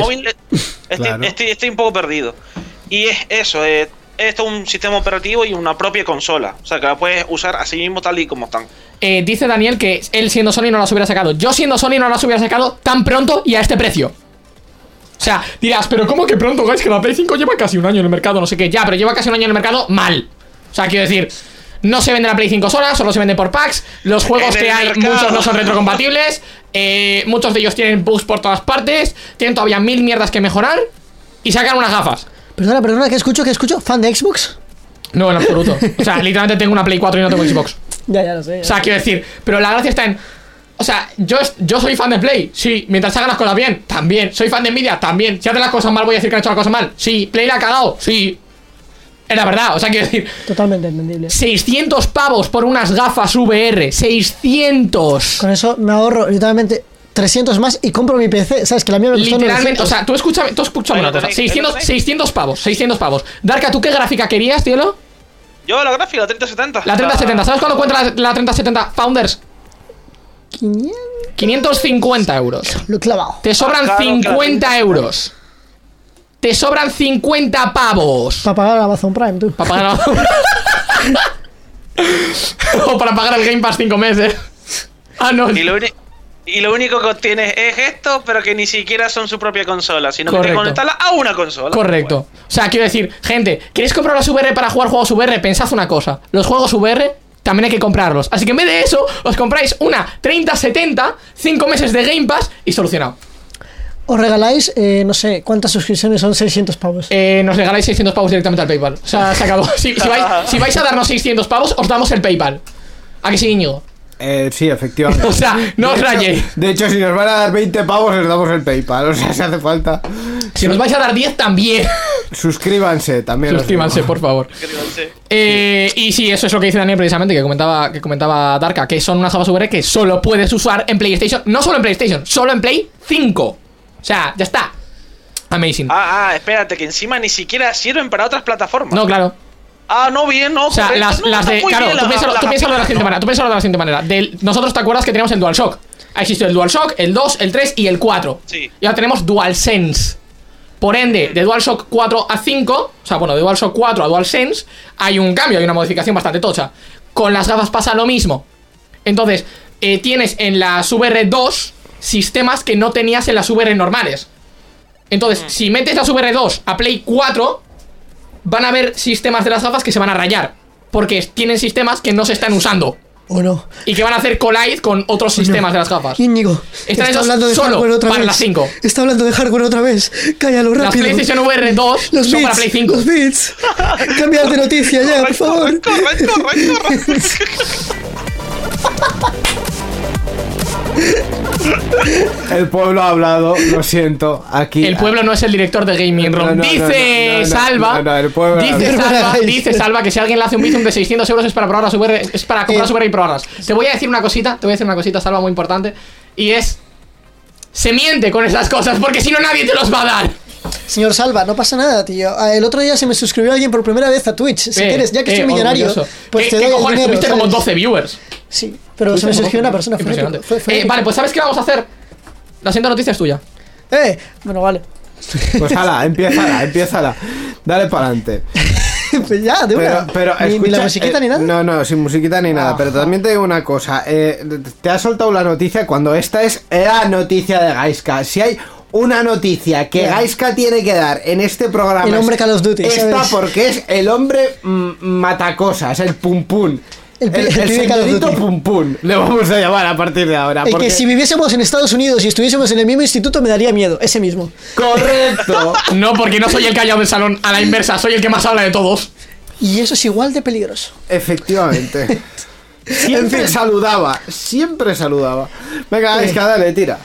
Estoy un poco perdido. Y es eso, esto es un sistema operativo y una propia consola. O sea, que la puedes usar así mismo tal y como están.
Dice Daniel que él siendo Sony no las hubiera sacado. Yo siendo Sony no las hubiera sacado tan pronto y a este precio. O sea, dirás, pero ¿cómo que pronto, guys? Que la Play 5 lleva casi un año en el mercado, no sé qué. Ya, pero lleva casi un año en el mercado mal. O sea, quiero decir, no se vende la Play 5 sola, solo se vende por packs. Los juegos que hay, muchos no son retrocompatibles. Muchos de ellos tienen bugs por todas partes. Tienen todavía 1000 mierdas que mejorar. Y sacan unas gafas.
Perdona, ¿qué escucho? ¿Fan de Xbox?
No, en absoluto. O sea, literalmente tengo una Play 4 y no tengo Xbox.
Ya lo sé.
O sea, quiero decir, pero la gracia está en... O sea, yo soy fan de Play, sí. Mientras hagan las cosas bien, también. Soy fan de Nvidia, también. Si hacen las cosas mal, voy a decir que han hecho las cosas mal. Sí. Play la ha cagado, sí. Es la verdad, o sea, quiero decir...
Totalmente entendible.
600 pavos por unas gafas VR. 600.
Con eso me ahorro literalmente 300 más y compro mi PC. ¿Sabes? Que la mía me costó
literalmente,
900.
o sea, tú escúchame una cosa. 600 pavos. Darka, ¿tú qué gráfica querías, tío?
Yo la gráfica, la 3070.
La 3070, ¿sabes cuánto cuenta la 3070 Founders? 550 euros.
Lo he clavado.
Te sobran 50 euros. Te sobran 50 pavos.
Para pagar Amazon Prime, tú.
Para pagar Amazon o para pagar el Game Pass 5 meses. No.
Y lo único que obtienes es esto, pero que ni siquiera son su propia consola, sino
Correcto.
que tienes que conectarla a una consola.
Correcto.
Bueno.
O sea, quiero decir, gente, ¿queréis comprar las VR para jugar juegos VR? Pensad una cosa. Los juegos VR también hay que comprarlos. Así que en vez de eso, os compráis una 3070, 5 meses de Game Pass y solucionado.
Os regaláis, no sé, ¿cuántas suscripciones son? 600 pavos.
Nos regaláis 600 pavos directamente al PayPal. O sea, se acabó. Si vais a darnos 600 pavos, os damos el PayPal. ¿A que sí, Íñigo?
Sí, efectivamente.
O sea, no os rayéis.
De hecho, si nos van a dar 20 pavos, les damos el PayPal. O sea, si hace falta.
Si nos vais a dar 10 también.
Suscríbanse también.
Suscríbanse, por favor. Y sí, eso es lo que dice Daniel precisamente, que comentaba Darka, que son unas gafas VR que solo puedes usar en PlayStation. No solo en PlayStation, solo en Play 5. O sea, ya está. Amazing.
Espérate, que encima ni siquiera sirven para otras plataformas.
No, claro.
No, bien, no.
O sea,
correcto.
las de. Claro, tú piénsalo de la siguiente manera. Nosotros, ¿te acuerdas que teníamos el DualShock? Ha existido el DualShock, el 2, el 3 y el 4.
Sí.
Y ahora tenemos DualSense. Por ende, de DualShock 4 a 5, o sea, bueno, de DualShock 4 a DualSense, hay un cambio, hay una modificación bastante tocha. Con las gafas pasa lo mismo. Entonces, tienes en las VR2 sistemas que no tenías en las VR normales. Entonces, si metes las VR2 a Play 4, van a haber sistemas de las gafas que se van a rayar, porque tienen sistemas que no se están usando.
¿O no?
Y que van a hacer collide con otros sistemas de las gafas.
Íñigo,
están
está
hechos
hablando de
solo
hardware otra
para
vez.
las 5.
Está hablando de hardware otra vez. Cállalo rápido.
Las PlayStation VR 2 son
bits,
para Play 5.
Los bits. Cambiar de noticia ya, por favor.
Correcto.
El pueblo ha hablado, lo siento, aquí.
El pueblo no es el director de Gaming Room. Dice Salva que si alguien le hace un bizum de 600 euros es para probar su VR, es para comprar su VR y probarlas. Te voy a decir una cosita, Salva, muy importante. Y es: se miente con esas cosas, porque si no nadie te los va a dar.
Señor Salva, no pasa nada, tío. El otro día se me suscribió alguien por primera vez a Twitch. Si quieres, ya que estoy millonario, pues te doy el dinero.
Tuviste como 12 viewers.
Sí, pero se me suscribió una persona.
Impresionante. Vale, pues ¿sabes qué vamos a hacer? La siguiente noticia es tuya.
Bueno, vale.
Pues hala, empiézala. Dale para adelante.
Pues ya, de una.
Pero
¿Ni la musiquita ni nada?
No, sin musiquita ni nada. Pero también te digo una cosa. Te has soltado la noticia cuando esta es la noticia de Gaiska. Si hay una noticia que Gaiska tiene que dar en este programa,
el hombre Call of Duty,
esta, porque es el hombre matacosas, el pum pum. El señorito pum pum, le vamos a llamar a partir de ahora.
Porque si viviésemos en Estados Unidos y estuviésemos en el mismo instituto me daría miedo, ese mismo.
Correcto.
No, porque no soy el callado del salón, a la inversa, soy el que más habla de todos.
Y eso es igual de peligroso.
Efectivamente. Siempre saludaba. Venga, Gaiska, dale, tira.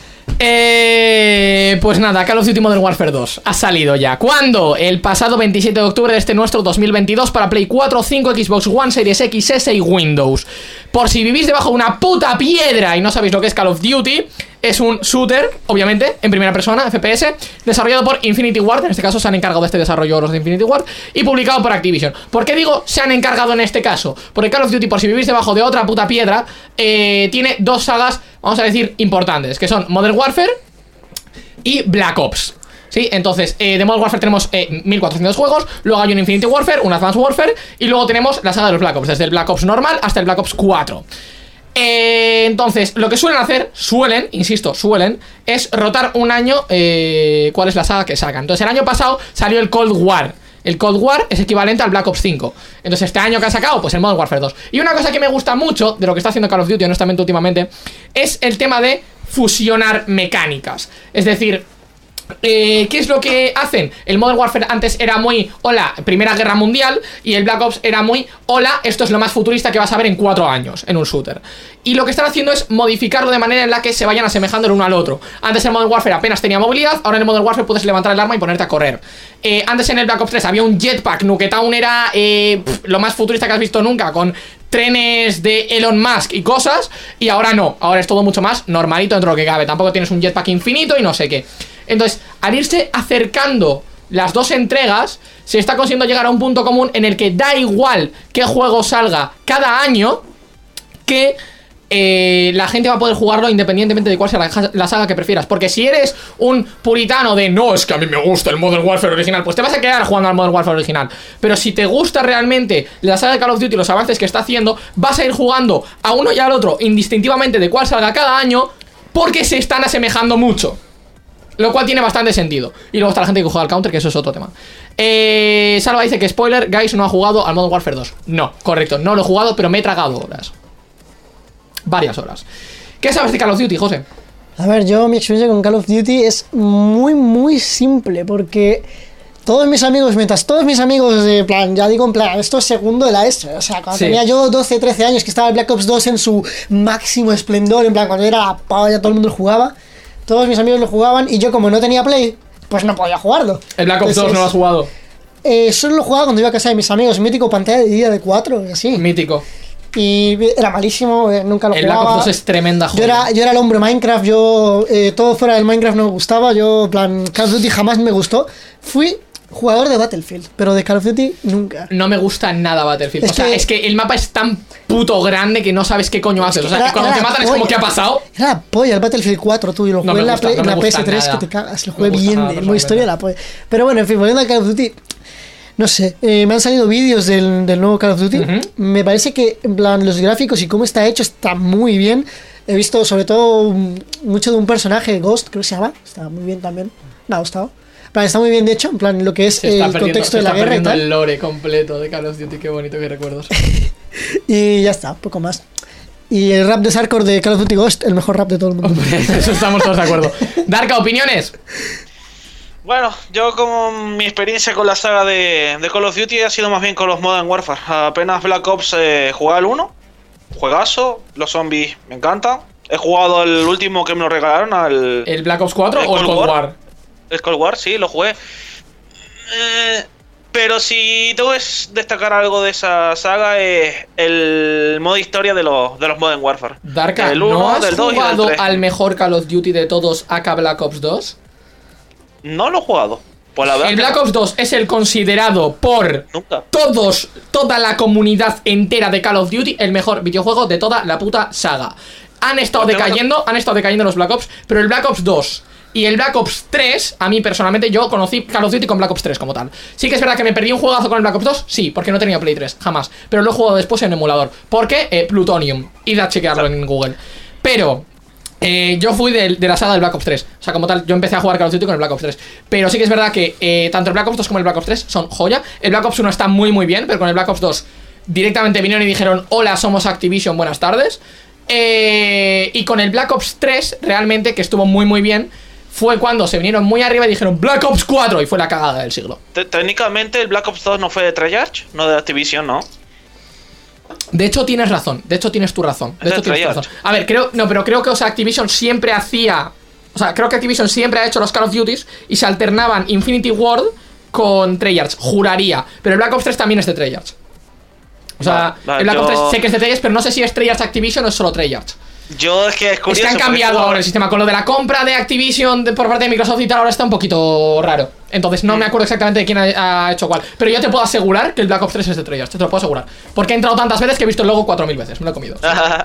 Pues nada, Call of Duty Modern Warfare 2 ha salido ya. ¿Cuándo? El pasado 27 de octubre de este nuestro 2022 para Play 4, 5, Xbox One, Series X, S y Windows. Por si vivís debajo de una puta piedra y no sabéis lo que es Call of Duty, es un shooter, obviamente, en primera persona, FPS, desarrollado por Infinity Ward. En este caso se han encargado de este desarrollo los de Infinity Ward, y publicado por Activision. ¿Por qué digo se han encargado en este caso? Porque Call of Duty, por si vivís debajo de otra puta piedra, tiene dos sagas, vamos a decir, importantes, que son Modern Warfare y Black Ops. ¿Sí? Entonces, de Modern Warfare tenemos 1400 juegos. Luego hay un Infinity Warfare, un Advanced Warfare, y luego tenemos la saga de los Black Ops, desde el Black Ops normal hasta el Black Ops 4. Entonces, lo que suelen hacer, es rotar un año cuál es la saga que sacan. Entonces, el año pasado salió el Cold War. El Cold War es equivalente al Black Ops 5. Entonces, este año que ha sacado, pues el Modern Warfare 2. Y una cosa que me gusta mucho de lo que está haciendo Call of Duty, honestamente, últimamente, es el tema de fusionar mecánicas. Es decir, ¿qué es lo que hacen? El Modern Warfare antes era muy hola, Primera Guerra Mundial, y el Black Ops era muy hola, esto es lo más futurista que vas a ver en 4 años en un shooter. Y lo que están haciendo es modificarlo de manera en la que se vayan asemejando el uno al otro. Antes en Modern Warfare apenas tenía movilidad, ahora en el Modern Warfare puedes levantar el arma y ponerte a correr. Antes en el Black Ops 3 había un jetpack, Nuketown era lo más futurista que has visto nunca, con trenes de Elon Musk y cosas, y ahora no, ahora es todo mucho más normalito dentro de lo que cabe. Tampoco tienes un jetpack infinito y no sé qué. Entonces, al irse acercando las dos entregas, se está consiguiendo llegar a un punto común en el que da igual qué juego salga cada año, que la gente va a poder jugarlo independientemente de cuál sea la saga que prefieras. Porque si eres un puritano de no, es que a mí me gusta el Modern Warfare original, pues te vas a quedar jugando al Modern Warfare original. Pero si te gusta realmente la saga de Call of Duty y los avances que está haciendo, vas a ir jugando a uno y al otro indistintivamente de cuál salga cada año, porque se están asemejando mucho. Lo cual tiene bastante sentido. Y luego está la gente que juega al Counter, que eso es otro tema. Salva dice que, spoiler, Guys no ha jugado al Modern Warfare 2. No, correcto, no lo he jugado, pero me he tragado horas. Varias horas. ¿Qué sabes de Call of Duty, José?
A ver, mi experiencia con Call of Duty es muy, muy simple, porque todos mis amigos, en plan, ya digo, en plan, esto es segundo de la ESO. O sea, cuando tenía yo 12, 13 años, que estaba el Black Ops 2 en su máximo esplendor, en plan, cuando era la polla, todo el mundo lo jugaba. Todos mis amigos lo jugaban y yo, como no tenía Play, pues no podía jugarlo.
¿El Black Ops 2 no lo has jugado?
Solo lo jugaba cuando iba a casa de mis amigos. Mítico, pantalla de día de 4 y así.
Mítico.
Y era malísimo, nunca lo jugaba.
El Black Ops 2 es tremenda joya.
Yo era el hombre Minecraft, todo fuera del Minecraft no me gustaba. Yo, en plan, Call of Duty jamás me gustó. Fui jugador de Battlefield, pero de Call of Duty nunca.
No me gusta nada Battlefield. Es que el mapa es tan puto grande que no sabes qué coño haces. O sea, cuando te matan es como, ¿qué ha pasado?
Era la polla el Battlefield 4, tú, y lo jugué en la PS3 que te cagas. Lo jugué bien, en modo historia la polla. Pero bueno, en fin, volviendo a Call of Duty, no sé, me han salido vídeos del nuevo Call of Duty. Me parece que, en plan, los gráficos y cómo está hecho está muy bien. He visto sobre todo mucho de un personaje, Ghost, creo que se llama. Está muy bien también, me ha gustado. Está muy bien de hecho, en plan, lo que es el contexto de la guerra y tal.
El lore completo de Call of Duty, qué bonito, qué recuerdos.
Y ya está, poco más. Y el rap de Sarkor de Call of Duty Ghost, el mejor rap de todo el mundo.
Hombre, eso estamos todos de acuerdo. Darka, ¿opiniones?
Bueno, yo como mi experiencia con la saga de Call of Duty ha sido más bien con los Modern Warfare. Apenas Black Ops jugué al 1, juegazo, los zombies me encantan. He jugado el último que me lo regalaron,
¿El Black Ops 4 o el Cold War?
El Cold War, sí, lo jugué. Pero si tengo que destacar algo de esa saga es el modo historia de los Modern Warfare.
Darka, ¿no has jugado al mejor Call of Duty de todos, AK Black Ops 2?
No lo he jugado. Pues la verdad
el Black Ops 2 es el considerado por toda la comunidad entera de Call of Duty el mejor videojuego de toda la puta saga. Han estado decayendo los Black Ops, pero el Black Ops 2 y el Black Ops 3, a mí personalmente, yo conocí Call of Duty con Black Ops 3 como tal. Sí que es verdad que me perdí un juegazo con el Black Ops 2, sí, porque no tenía Play 3, jamás. Pero lo he jugado después en emulador. ¿Por qué? Plutonium. Id a chequearlo en Google. Pero yo fui de la saga del Black Ops 3. O sea, como tal, yo empecé a jugar Call of Duty con el Black Ops 3. Pero sí que es verdad que tanto el Black Ops 2 como el Black Ops 3 son joya. El Black Ops 1 está muy muy bien, pero con el Black Ops 2 directamente vinieron y dijeron: hola, somos Activision, buenas tardes. Y con el Black Ops 3, realmente, que estuvo muy muy bien, fue cuando se vinieron muy arriba y dijeron Black Ops 4 y fue la cagada del siglo.
Técnicamente el Black Ops 2 no fue de Treyarch, no de Activision, ¿no?
De hecho tienes razón, de hecho tienes tu razón. A ver, creo que, o sea, Activision siempre hacía, o sea, creo que Activision siempre ha hecho los Call of Duties y se alternaban Infinity Ward con Treyarch, juraría. Pero el Black Ops 3 también es de Treyarch. O sea, el Black Ops 3 sé que es de Treyarch, pero no sé si es Treyarch Activision o es solo Treyarch.
Yo es que es curioso.
Es que han cambiado ahora el sistema. Con lo de la compra de Activision por parte de Microsoft y tal, ahora está un poquito raro. Entonces no me acuerdo exactamente de quién ha hecho cuál. Pero yo te puedo asegurar que el Black Ops 3 es de Treyarch. Te lo puedo asegurar. Porque he entrado tantas veces que he visto el logo 4000 veces. Me lo he comido. O sea,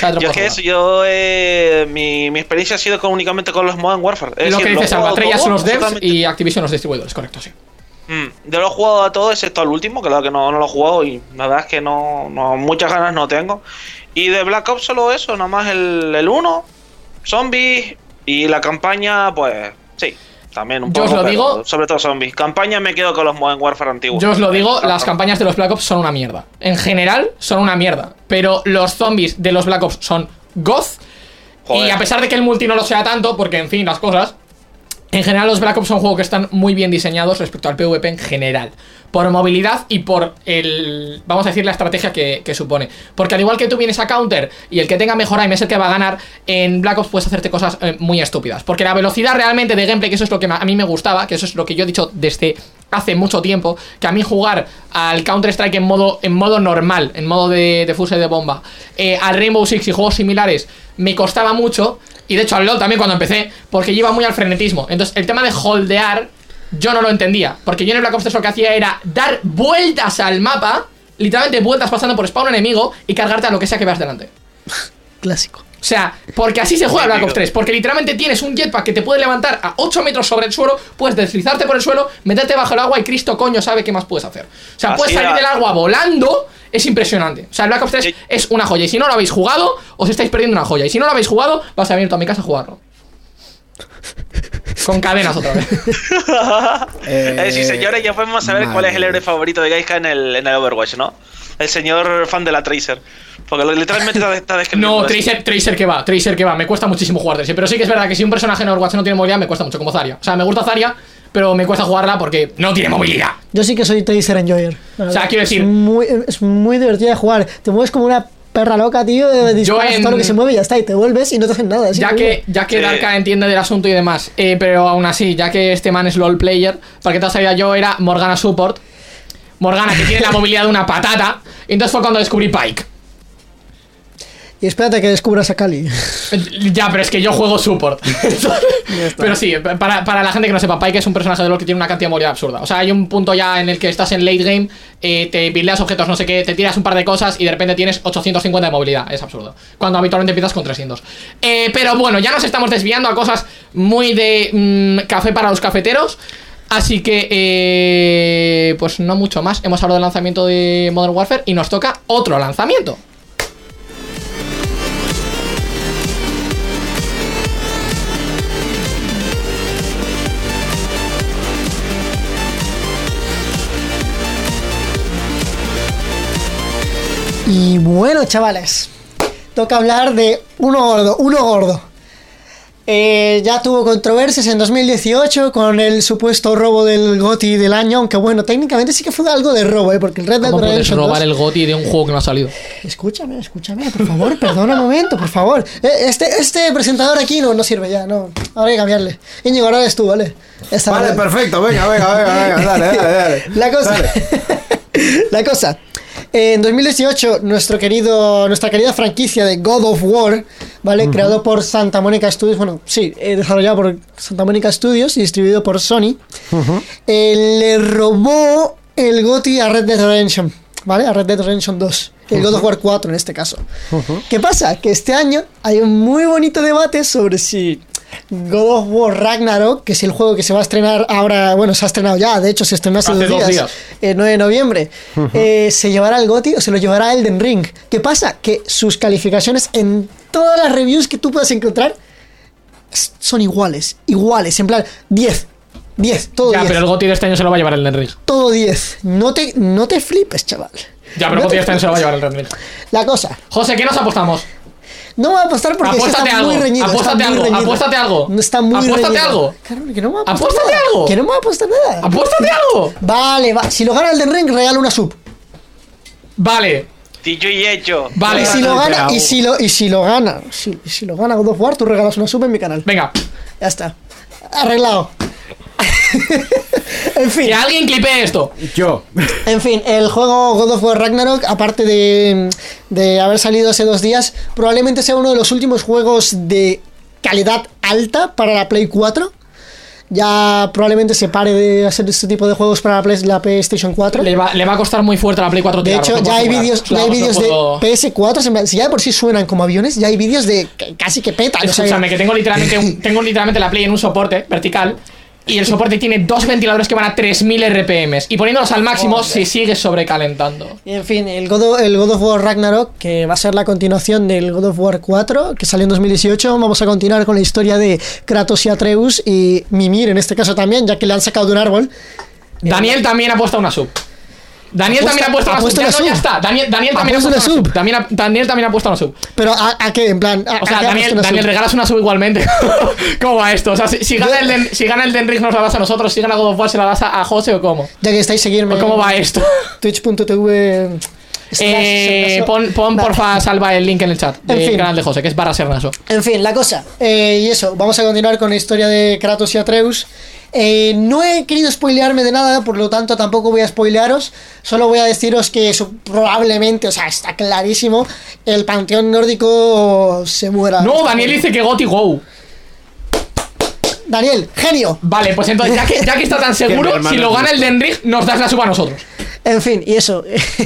mi experiencia ha sido únicamente con los Modern Warfare.
Lo que dices, Alba, Treyarch son los devs y Activision los distribuidores, correcto, sí.
Yo lo he jugado a todo excepto al último, que la verdad que no lo he jugado y la verdad es que no muchas ganas no tengo. Y de Black Ops solo eso, nada más el 1, zombies y la campaña, pues sí, también un poco.
Yo os lo digo,
sobre todo zombies. Campaña me quedo con los Modern Warfare antiguos.
Yo os lo digo, las campañas de los Black Ops son una mierda. En general son una mierda, pero los zombies de los Black Ops son goth. Joder. Y a pesar de que el multi no lo sea tanto, porque en fin, las cosas, en general los Black Ops son juegos que están muy bien diseñados respecto al PvP en general. Por movilidad y por vamos a decir, la estrategia que supone. Porque al igual que tú vienes a counter y el que tenga mejor aim es el que va a ganar, en Black Ops puedes hacerte cosas muy estúpidas. Porque la velocidad realmente de gameplay, que eso es lo que a mí me gustaba, que eso es lo que yo he dicho desde hace mucho tiempo, que a mí jugar al Counter-Strike en modo normal, en modo de fuse de bomba, al Rainbow Six y juegos similares, me costaba mucho. Y de hecho al LoL también cuando empecé, porque yo iba muy al frenetismo. Entonces el tema de holdear yo no lo entendía, porque yo en el Black Ops 3 lo que hacía era dar vueltas al mapa, literalmente vueltas pasando por spawn enemigo y cargarte a lo que sea que veas delante.
Clásico.
O sea, porque así se juega Black Ops 3, porque literalmente tienes un jetpack que te puede levantar a 8 metros sobre el suelo, puedes deslizarte por el suelo, meterte bajo el agua y Cristo coño sabe qué más puedes hacer. O sea, puedes salir del agua volando, es impresionante. O sea, el Black Ops 3 es una joya, y si no lo habéis jugado, os estáis perdiendo una joya, y si no lo habéis jugado, vas a venir tú a mi casa a jugarlo. Con cadenas otra vez.
Sí, señores, ya podemos saber cuál es el héroe favorito de Gaiska en el Overwatch, ¿no? El señor fan de la Tracer. Porque literalmente está describiendo.
No, Tracer que va. Me cuesta muchísimo jugar Tracer. Pero sí que es verdad que si un personaje en Overwatch no tiene movilidad, me cuesta mucho, como Zarya. O sea, me gusta Zarya, pero me cuesta jugarla porque no tiene movilidad.
Yo sí que soy Tracer Enjoyer.
O sea, quiero decir...
Es muy divertido de jugar. Te mueves como una perra loca, tío, disparas todo lo que se mueve y ya está, y te vuelves y no te hacen nada.
Ya que Darka entiende del asunto y demás, pero aún así, ya que este man es LOL player, para que te salía yo era Morgana Support. Morgana, que tiene la movilidad de una patata. Y entonces fue cuando descubrí Pyke.
Y espérate que descubras a Kali.
Ya, pero es que yo juego support. Pero sí, para la gente que no sepa, Pyke es un personaje de LoL que tiene una cantidad de movilidad absurda. O sea, hay un punto ya en el que estás en late game, te buildeas objetos, no sé qué, te tiras un par de cosas y de repente tienes 850 de movilidad. Es absurdo. Cuando habitualmente empiezas con 300. Pero bueno, ya nos estamos desviando a cosas muy de café para los cafeteros. Así que, pues no mucho más. Hemos hablado del lanzamiento de Modern Warfare y nos toca otro lanzamiento.
Y bueno, chavales, toca hablar de uno gordo. Ya tuvo controversias en 2018 con el supuesto robo del GOTY del año, aunque bueno, técnicamente sí que fue algo de robo, porque el Red Dead Redemption 2...
¿Cómo puedes robar el GOTY de un juego que no ha salido?
Escúchame, por favor, perdona un momento, por favor. Este presentador aquí no sirve ya, no. Ahora hay que cambiarle. Íñigo, ahora eres tú, ¿vale?
Vale, perfecto, venga, dale.
La cosa... En 2018, nuestra querida franquicia de God of War, ¿vale? Creado por Santa Mónica Studios, desarrollado por Santa Mónica Studios y distribuido por Sony, le robó el GOTY a Red Dead Redemption, ¿vale? A Red Dead Redemption 2, el God of War 4 en este caso. ¿Qué pasa? Que este año hay un muy bonito debate sobre si God of War Ragnarok, que es el juego que se va a estrenar ahora, bueno, se ha estrenado ya, de hecho se estrenó hace 2 días, el 9 de noviembre, se llevará el GOTY o se lo llevará Elden Ring. ¿Qué pasa? Que sus calificaciones en todas las reviews que tú puedas encontrar son iguales, en plan 10, todo 10.
Ya, pero el GOTY de este año se lo va a llevar Elden Ring.
Todo 10, no te flipes, chaval.
Ya, pero el GOTY de este año se lo va a llevar Elden Ring.
La cosa,
José, ¿qué nos apostamos?
no voy a apostar porque está muy reñido.
Apuéstate algo.
No está muy reñido.
Apuéstate algo.
Claro, que no me voy a apostar
Apuéstate
nada.
algo.
Que no me voy a apostar nada.
Apuéstate algo.
Vale, va. Si lo gana el Elden Ring, regalo una sub.
Vale.
Dicho y hecho.
Vale.
Y si lo gana, si lo gana God of War, tú regalas una sub en mi canal.
Venga.
Ya está. Arreglado. En fin.
Que alguien clipee esto.
Yo.
En fin, el juego God of War Ragnarok, aparte de haber salido hace 2 días, probablemente sea uno de los últimos juegos de calidad alta para la Play 4. Ya probablemente se pare de hacer este tipo de juegos para la PlayStation 4.
Le va a costar muy fuerte a la Play 4.
De hecho, ya hay vídeos de PS4, si ya de por sí suenan como aviones, ya hay vídeos de casi que petan.
Escúchame, que tengo literalmente la Play en un soporte vertical. Y el soporte tiene 2 ventiladores que van a 3000 RPM. Y poniéndolos al máximo se sigue sobrecalentando.
Y en fin, el God of War Ragnarok, que va a ser la continuación del God of War 4, que salió en 2018. Vamos a continuar con la historia de Kratos y Atreus y Mimir, en este caso también, ya que le han sacado de un árbol.
Daniel también ha puesto una sub. Daniel también ha puesto una sub. Ya está. Daniel también ha puesto una sub. Daniel también ha puesto una sub.
Pero ¿a qué? En plan.
O sea, Daniel, regalas una sub igualmente. ¿Cómo va esto? O sea, si gana el Elden Ring nos la das a nosotros, si gana God of War se la das a José o cómo.
Ya que estáis seguirme.
¿Cómo va esto?
Twitch.tv.
Pon porfa, salva el link en el chat del canal de José, que es /Sernaso.
En fin, la cosa. Y eso, vamos a continuar con la historia de Kratos y Atreus. No he querido spoilearme de nada, por lo tanto tampoco voy a spoilearos. Solo voy a deciros que probablemente, o sea, está clarísimo, el panteón nórdico se muera.
No, Daniel dice que GOTY GO.
Daniel, genio.
Vale, pues entonces, ya que está tan seguro, si lo gana el Elden Ring, nos das la sub a nosotros.
En fin, y eso.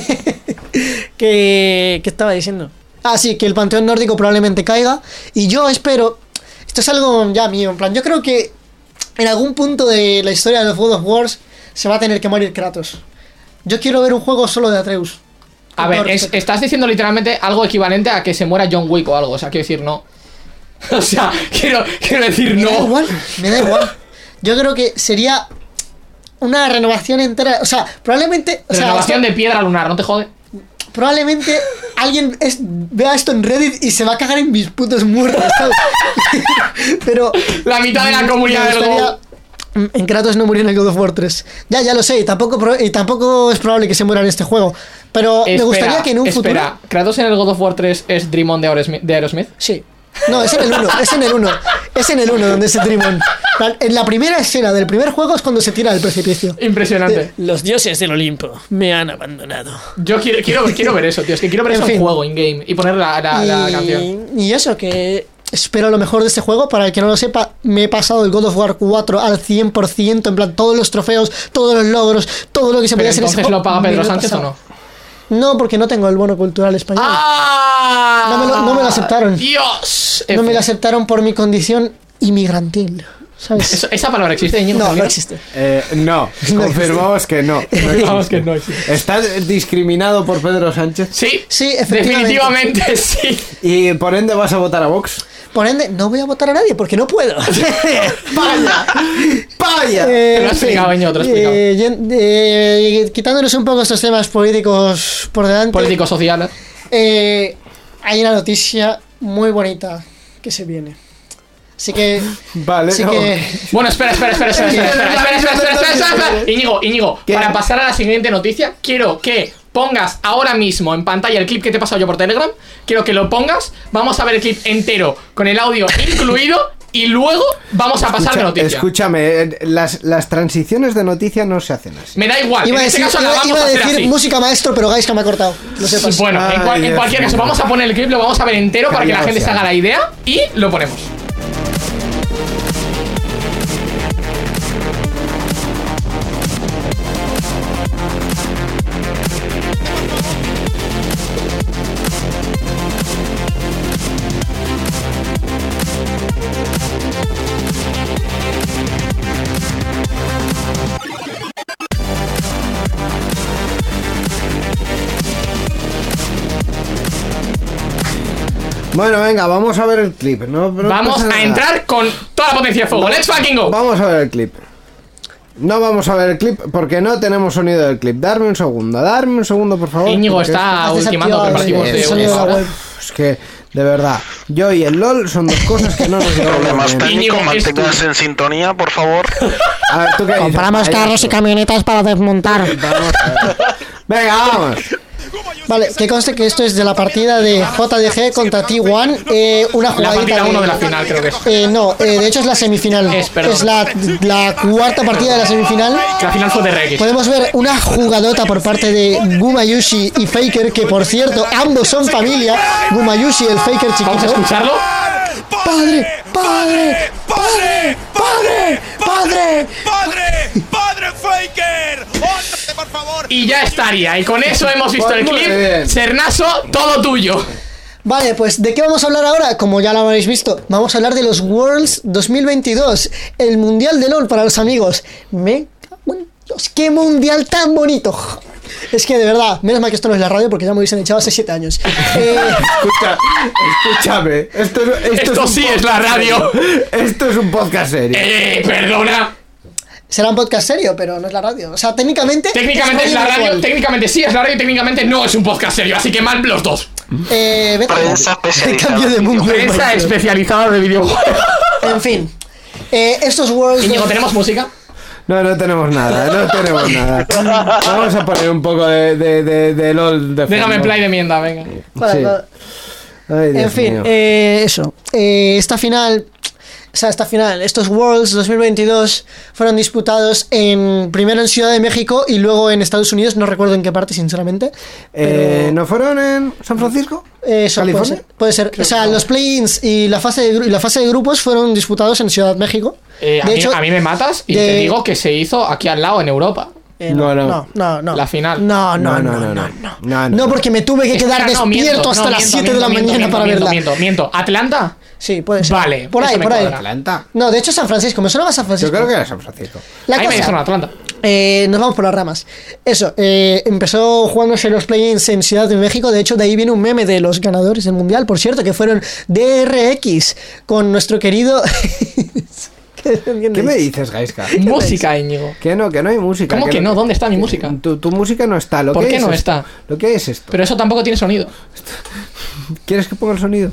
¿Qué estaba diciendo? Ah, sí, que el panteón nórdico probablemente caiga. Y yo espero, esto es algo ya mío, en plan, yo creo que en algún punto de la historia de los God of Wars se va a tener que morir Kratos. Yo quiero ver un juego solo de Atreus.
A ver, estás diciendo literalmente algo equivalente a que se muera John Wick o algo. O sea, quiero decir, no. O sea, quiero decir no.
Me da igual. Yo creo que sería una renovación entera. O sea, probablemente.
Renovación de piedra lunar, ¿no te jode?
Probablemente alguien vea esto en Reddit y se va a cagar en mis putos muertos, ¿sabes? Pero
la mitad de la comunidad del GO.
En Kratos no murió en el God of War 3. Ya lo sé, y tampoco es probable que se muera en este juego. Pero me gustaría que en un futuro...
Espera, ¿Kratos en el God of War 3 es Dream On de Aerosmith?
Sí. No, es en el 1, es en el 1 donde es el Dream On. En la primera escena del primer juego es cuando se tira del precipicio.
Impresionante.
Los dioses del Olimpo me han abandonado.
Yo quiero ver eso, tío. Es que quiero ver eso en juego, in-game, y poner la canción.
Y eso, que... Espero lo mejor de este juego. Para el que no lo sepa, me he pasado el God of War 4 al 100%. En plan, todos los trofeos, todos los logros, todo lo que se podía hacer.
¿Entonces lo paga Pedro Sánchez o no?
No, porque no tengo el bono cultural español. No me lo aceptaron.
¡Dios!
No me lo aceptaron por mi condición inmigrantil. ¿Sabes?
¿Esa palabra existe, Íñigo?
No existe.
No, confirmamos que no.
Confirmamos que no existe.
¿Estás discriminado por Pedro Sánchez?
Sí,
efectivamente.
Definitivamente sí.
¿Y por ende vas a votar a Vox?
Por ende, no voy a votar a nadie porque no puedo.
¡Vaya!
Te lo has explicado, Íñigo, te lo he explicado.
Quitándonos un poco estos temas políticos por delante.
Políticos sociales.
Hay una noticia muy bonita que se viene. Así que...
Vale.
Bueno, espera. Íñigo, para pasar a la siguiente noticia, quiero que pongas ahora mismo en pantalla el clip que te he pasado yo por Telegram. Quiero que lo pongas. Vamos a ver el clip entero con el audio incluido. Y luego vamos a pasar de noticia.
Escúchame, las transiciones de noticia no se hacen así.
Me da igual,
iba
en este caso la vamos a hacer así.
Música maestro, pero Gaiska me ha cortado. Lo sepas.
Bueno, en cualquier caso, vamos a poner el clip, lo vamos a ver entero para que la gente se haga la idea y lo ponemos.
Bueno, venga, vamos a ver el clip. No
vamos a entrar con toda la potencia de fuego. ¡Let's fucking go!
Vamos a ver el clip. No vamos a ver el clip porque no tenemos sonido del clip. Darme un segundo, por favor.
Íñigo está ultimando preparativos de
sonido de la web.
Es que, de verdad, yo y el LOL son dos cosas que no nos llevan.
Problemas técnicos, manténganse en sintonía, por favor.
A ver, ¿tú qué dices?
Compramos carros y camionetas para desmontar.
Venga, vamos.
Vale, que conste que esto es de la partida de JDG contra T1. Una jugadita.
La partida 1 de la final, creo que es.
No, de hecho es la semifinal. Es la cuarta partida de la semifinal.
La final fue de RX.
Podemos ver una jugadota por parte de Gumayushi y Faker, que por cierto, ambos son familia. Gumayushi, el Faker chiquito.
¿Vamos a escucharlo?
¡Padre! ¡Padre! ¡Padre! ¡Padre! ¡Padre!
¡Padre! ¡Padre Faker! ¡Óntate, por favor!
Y ya estaría. Y con eso hemos visto el clip. Sernaso, todo tuyo.
Vale, pues ¿de qué vamos a hablar ahora? Como ya lo habréis visto, vamos a hablar de los Worlds 2022. El Mundial de LoL para los amigos. Me cago en Dios, qué mundial tan bonito. Es que de verdad, menos mal que esto no es la radio porque ya me hubiesen echado hace 7 años.
Escúchame.
Esto sí es la radio.
Esto es un podcast serio.
Perdona.
Será un podcast serio, pero no es la radio. O sea, técnicamente
es la radio, técnicamente sí es la radio y técnicamente no es un podcast serio. Así que mal los dos.
Prensa especializada.
Cambio de mundo.
Prensa especializada de videojuegos.
En fin. Estos Worlds...
Íñigo, ¿tenemos música?
No tenemos nada, Vamos a poner un poco de LOL de fondo.
Déjame play de mierda, venga.
Sí. Ay, Dios
en fin,
mío.
eso. Esta final, estos Worlds 2022 fueron disputados primero en Ciudad de México y luego en Estados Unidos, no recuerdo en qué parte, sinceramente. Pero...
¿No fueron en San Francisco?
¿California? Puede ser. O sea, los play-ins y la fase de grupos fueron disputados en Ciudad de México.
A mí me matas y te digo que se hizo aquí al lado, en Europa.
No.
La final.
No, porque me tuve que quedar despierto hasta las 7 de la mañana para verla.
Miento. ¿Atlanta?
Sí, puede ser.
Vale,
por ahí.
¿Atlanta?
No, de hecho San Francisco, me suena más San Francisco.
Yo creo que era San Francisco.
Ahí me dijeron Atlanta.
Nos vamos por las ramas. Eso, empezó jugándose los play-ins en Ciudad de México. De hecho, de ahí viene un meme de los ganadores del mundial, por cierto, que fueron DRX con nuestro querido...
¿Qué me dices, Gaiska?
Música, Íñigo.
Que no hay música.
¿Cómo que no? ¿Dónde está mi música?
Tu música no está.
¿Por qué no está?
Lo que es esto.
Pero eso tampoco tiene sonido.
¿Quieres que ponga el sonido?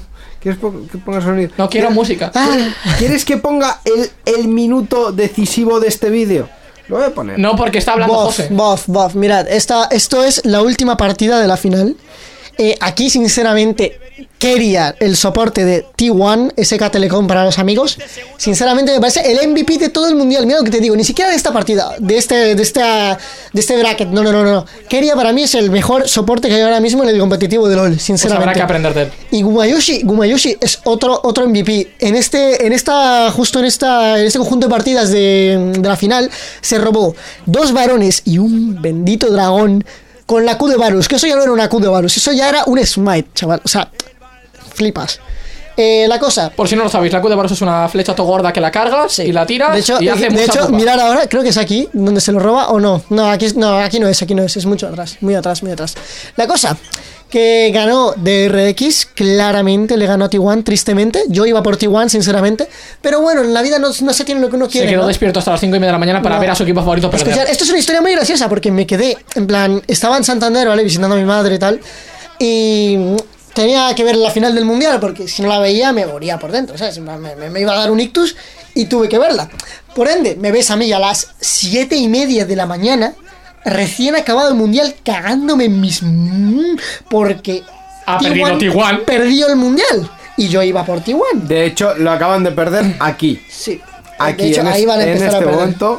¿Quieres que ponga sonido?
No quiero música.
¿Quieres que ponga el minuto decisivo de este vídeo? Lo voy a poner.
No, porque está hablando José.
Bof, mirad, esto es la última partida de la final. Aquí, sinceramente, quería el soporte de T1, SK Telecom para los amigos. Sinceramente, me parece el MVP de todo el mundial. Mira lo que te digo, ni siquiera de esta partida, de este bracket. No. Quería para mí es el mejor soporte que hay ahora mismo en el competitivo de LoL, sinceramente.
Pues habrá que aprender de él.
Y Gumayushi es otro MVP. En este conjunto de partidas de la final, se robó 2 varones y un bendito dragón. Con la Q de Varus, que eso ya no era una Q de Varus, eso ya era un smite, chaval. O sea, flipas. La cosa.
Por si no lo sabéis, la Q de Varus es una flecha todo gorda que la cargas y la tiras.
De hecho,
y hace mucha pupa.
Mirar ahora, creo que es aquí donde se lo roba o no. No, aquí no es mucho atrás, muy atrás. La cosa, que ganó DRX, claramente le ganó a T1, tristemente. Yo iba por T1, sinceramente. Pero bueno, en la vida no se tiene lo que uno quiere.
Se quedó despierto hasta las 5:30 de la mañana para ver a su equipo favorito perder.
Escuchar, esto es una historia muy graciosa porque me quedé, en plan, estaba en Santander, ¿vale? Visitando a mi madre y tal. Y tenía que ver la final del mundial porque si no la veía me moría por dentro, ¿sabes? Me iba a dar un ictus y tuve que verla. Por ende, me ves a mí a las 7:30 de la mañana, recién acabado el mundial, cagándome en mis... porque
T1
perdió el mundial y yo iba por T1.
De hecho, lo acaban de perder aquí.
Sí.
Aquí,
de hecho, ahí van a empezar a perder.
Momento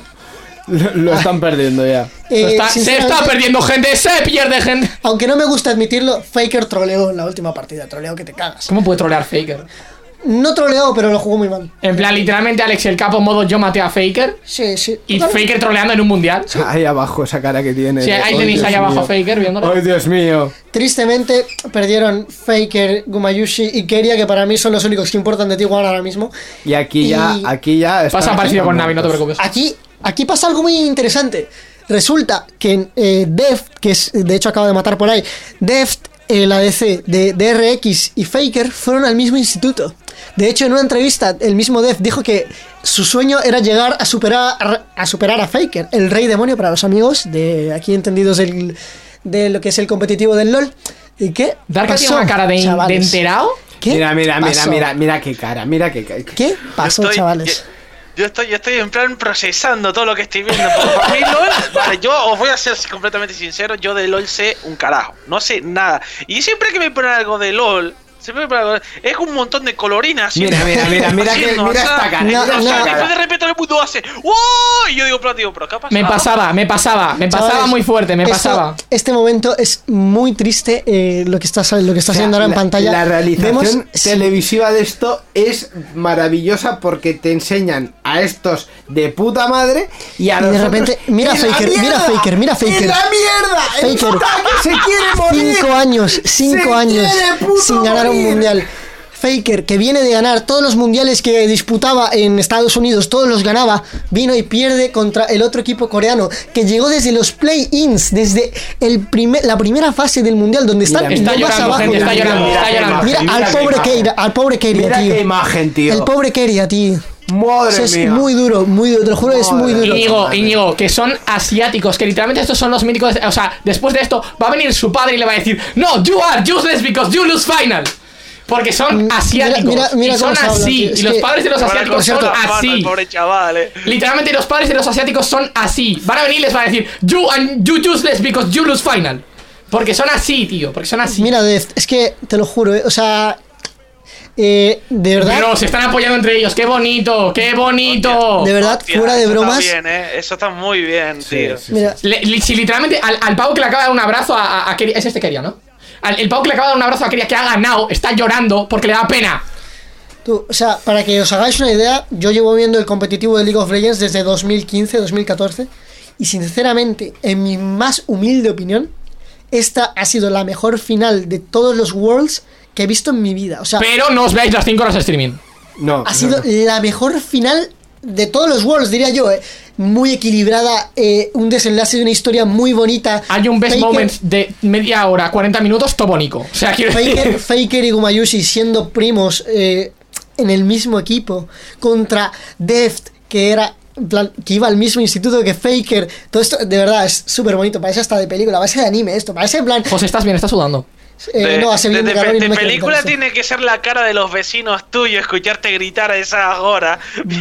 lo están perdiendo ya.
Se está perdiendo gente, se pierde gente.
Aunque no me gusta admitirlo, Faker troleó en la última partida, troleó que te cagas.
¿Cómo puede trolear Faker?
No troleó, pero lo jugó muy mal.
En plan, literalmente Alex el Capo modo yo maté a Faker.
Sí.
Y Faker troleando en un mundial.
Ahí abajo esa cara que tiene.
Sí, ahí tenéis ahí abajo a Faker viéndolo.
¡Ay, Dios mío!
Tristemente perdieron Faker, Gumayushi y Keria, que para mí son los únicos que importan de T1 ahora mismo.
Y aquí ya
pasa parecido con Navi, no te preocupes.
Aquí pasa algo muy interesante. Resulta que Deft, que es, de hecho acaba de matar por ahí, Deft, el ADC de DRX y Faker fueron al mismo instituto. De hecho, en una entrevista, el mismo Deft dijo que su sueño era llegar a superar a Faker, el rey demonio para los amigos de aquí entendidos de lo que es el competitivo del LoL. ¿Y qué?
Darka tiene una cara de enterado.
¿Qué?
Mira qué cara,
¿Qué pasó, chavales?
Yo estoy en plan procesando todo lo que estoy viendo. Por mí LOL, vale, yo os voy a ser completamente sincero, yo de LOL sé un carajo, no sé nada. Y siempre que me ponen algo de LOL, es un montón de colorinas.
Mira esta cara.
Después de repente el mundo hace ¡wow! Y yo digo, pero ¿qué ha pasado?
Me pasaba chavales, muy fuerte, pasaba.
Este momento es muy triste, lo que está haciendo ahora en pantalla.
La realización televisiva de esto es maravillosa porque te enseñan a estos de puta madre y a
de repente, mira Faker.
¡En la mierda!
Faker,
se quiere morir.
5 años sin ganar un mundial. Faker, que viene de ganar todos los mundiales que disputaba en Estados Unidos, todos los ganaba, vino y pierde contra el otro equipo coreano, que llegó desde los play-ins, desde la primera fase del mundial, donde están
está llorando, gente, está llorando.
Mira al pobre Keria,
mira
tío.
Qué imagen, tío.
El pobre Keria, tío.
Madre mía.
Es muy duro, te lo juro, es muy duro.
Íñigo, que son asiáticos, que literalmente estos son los míticos. O sea, después de esto va a venir su padre y le va a decir: no, you are useless because you lose final. Porque son asiáticos.
Mira
y son así. Y los padres de los asiáticos son así.
Pobre chaval,
Literalmente los padres de los asiáticos son así. Van a venir y les van a decir: you useless because you lose final. Porque son así, tío. Porque son así.
Mira, Deft, es que te lo juro, o sea. De verdad.
Pero se están apoyando entre ellos. ¡Qué bonito! ¡Qué bonito!
De verdad, fuera de bromas.
Está bien, eso está muy bien, tío.
Mira.
Si literalmente al pavo que le acaba de dar un abrazo a Keria. Es este Keria, ¿no? El pavo que le acaba de dar un abrazo a Keria que ha ganado está llorando porque le da pena.
Tú, o sea, para que os hagáis una idea, yo llevo viendo el competitivo de League of Legends desde 2015, 2014. Y sinceramente, en mi más humilde opinión, esta ha sido la mejor final de todos los Worlds que he visto en mi vida. O sea,
pero no os veáis las 5 horas de streaming.
Ha sido la mejor final de todos los Worlds, diría yo. Muy equilibrada, un desenlace de una historia muy bonita.
Hay un best moment de media hora, 40 minutos, todo bonito. O sea,
Faker y Gumayushi siendo primos en el mismo equipo contra Deft, que era en plan, que iba al mismo instituto que Faker. Todo esto de verdad es súper bonito, parece hasta de película, parece de anime esto, parece en plan.
José, ¿estás bien? ¿Estás sudando?
no hace bien
de película
eso.
tiene que ser la cara de los vecinos tuyos, escucharte gritar a esa hora.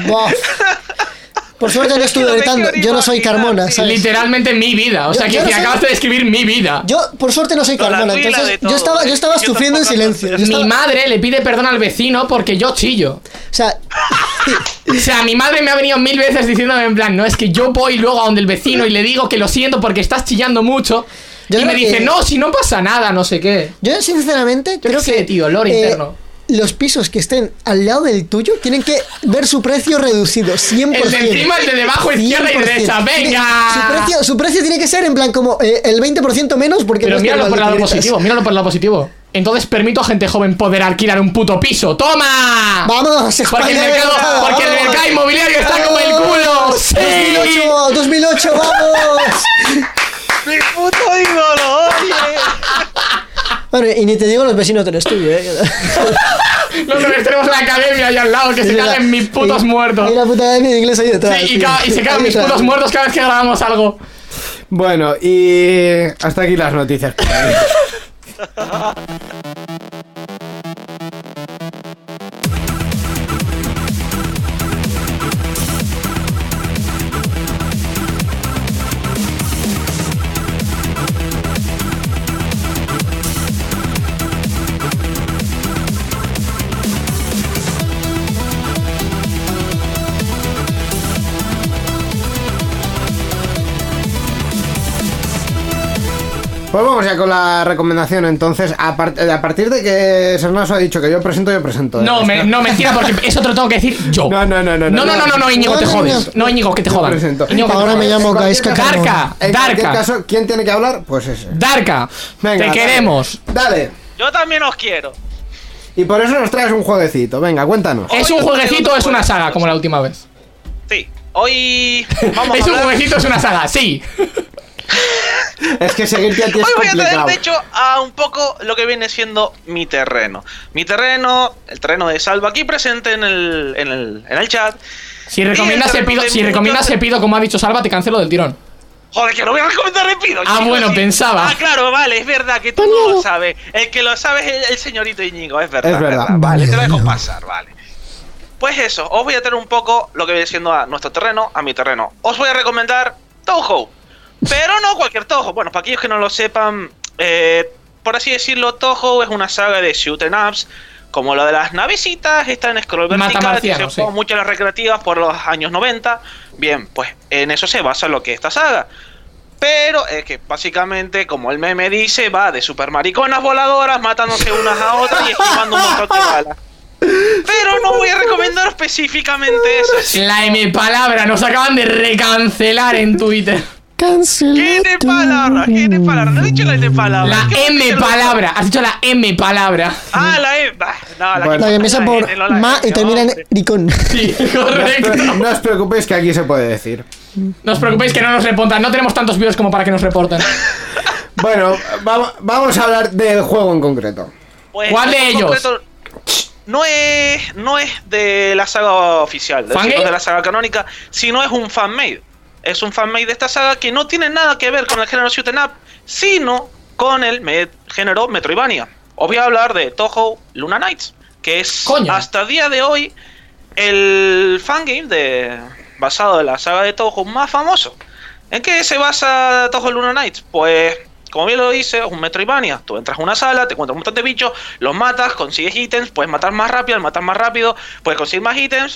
Por suerte no estuve gritando, yo no soy Carmona, ¿sabes?
Literalmente mi vida, o sea que si acabas de describir mi vida.
Yo, por suerte, no soy Carmona, entonces yo estaba sufriendo en silencio.
Mi madre le pide perdón al vecino porque yo chillo. O sea, mi madre me ha venido 1000 veces diciéndome en plan, no, es que yo voy luego a donde el vecino y le digo que lo siento porque estás chillando mucho. Y me dice, no, si no pasa nada, no sé qué.
Yo sinceramente creo que,
tío, olor interno.
Los pisos que estén al lado del tuyo tienen que ver su precio reducido, 100%.
El de encima, el de debajo, izquierda y derecha, venga.
Su precio tiene que ser en plan como el 20% menos porque...
Pero míralo por el lado positivo, míralo por el lado positivo. Entonces permito a gente joven poder alquilar un puto piso. ¡Toma!
¡Vamos!
Porque el mercado inmobiliario está como el culo. ¡Sí!
2008, ¡vamos!
¡Mi puto ídolo, oye!
Bueno, y ni te digo los vecinos del estudio,
Nosotros tenemos la academia ahí al lado, que se cagan mis putos muertos.
Hay la puta academia de inglés ahí detrás.
Sí, y se cagan mis putos muertos cada vez que grabamos algo.
Bueno, y hasta aquí las noticias. Pues vamos ya con la recomendación. Entonces, a partir de que Sernaso ha dicho que yo presento.
No, mentira, porque eso te lo tengo que decir yo. No, Íñigo, te jodes. No, Íñigo, que te jodan.
Ahora me llamo Gaiska.
Darka.
En cualquier caso, ¿quién tiene que hablar? Pues ese.
Darka, te queremos.
Dale.
Yo también os quiero.
Y por eso nos traes un jueguecito. Venga, cuéntanos.
¿Es un jueguecito o es una saga, como la última vez?
Sí. Hoy vamos
¿Es un jueguecito o es una saga? Sí.
Es que seguirte a ti es
hoy voy
complicado.
a traer, de hecho, a un poco lo que viene siendo mi terreno. Mi terreno, el terreno de Salva, aquí presente en el chat.
Si recomiendas Epido, como ha dicho Salva, te cancelo del tirón.
Joder, que lo voy a recomendar Epido.
Bueno, sí. Pensaba.
Claro, vale, es verdad que tú no lo sabes. El que lo sabe es el señorito Íñigo, es verdad.
Es verdad.
Vale, te lo dejo pasar, vale. Pues eso, os voy a traer un poco lo que viene siendo a nuestro terreno, a mi terreno. Os voy a recomendar Touhou. Pero no cualquier Touhou. Bueno, para aquellos que no lo sepan, por así decirlo, Touhou es una saga de shoot 'em ups, como lo de las navecitas, está en scroll vertical, que se jugó mucho en las recreativas por los años 90. Bien, pues en eso se basa lo que es esta saga. Pero es que básicamente, como el meme dice, va de super mariconas voladoras, matándose unas a otras y esquivando un montón de balas. Pero no voy a recomendar específicamente eso.
La M palabra, nos acaban de recancelar en Twitter.
¿Qué de palabra? No he dicho la M palabra.
La M palabra. Has dicho la M palabra.
La M. No,
la que empieza por ma y termina en ricón.
Sí, correcto.
No os preocupéis que aquí se puede decir.
No os preocupéis que no nos reportan. No tenemos tantos views como para que nos reporten.
Bueno, vamos a hablar del juego en concreto.
Pues,
¿cuál de ellos?
No es de la saga oficial, de la saga canónica, sino es un fanmade. Es un fanmade de esta saga que no tiene nada que ver con el género shoot 'em up, sino con el género Metroidvania. Os voy a hablar de Touhou Luna Nights, que es hasta el día de hoy el fangame basado en la saga de Touhou más famoso. ¿En qué se basa Touhou Luna Nights? Pues, como bien lo dice, es un Metroidvania. Tú entras a una sala, te encuentras un montón de bichos, los matas, consigues ítems, puedes matar más rápido, al matar más rápido, puedes conseguir más ítems.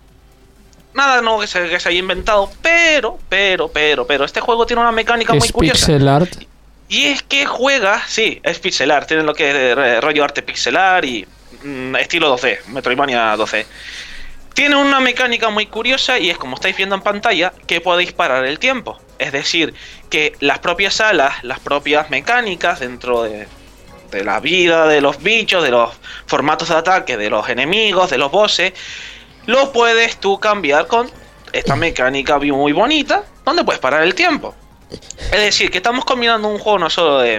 Nada nuevo que se haya inventado, pero este juego tiene una mecánica muy curiosa.
¿Es pixel art?
Y es que juega, sí, es pixel art, tiene lo que es rollo arte pixelar y estilo 2D, Metroidvania 2D. Tiene una mecánica muy curiosa y es, como estáis viendo en pantalla, que podéis parar el tiempo. Es decir, que las propias salas, las propias mecánicas dentro de la vida de los bichos, de los formatos de ataque, de los enemigos, de los bosses, lo puedes tú cambiar con esta mecánica muy bonita, donde puedes parar el tiempo. Es decir, que estamos combinando un juego no solo de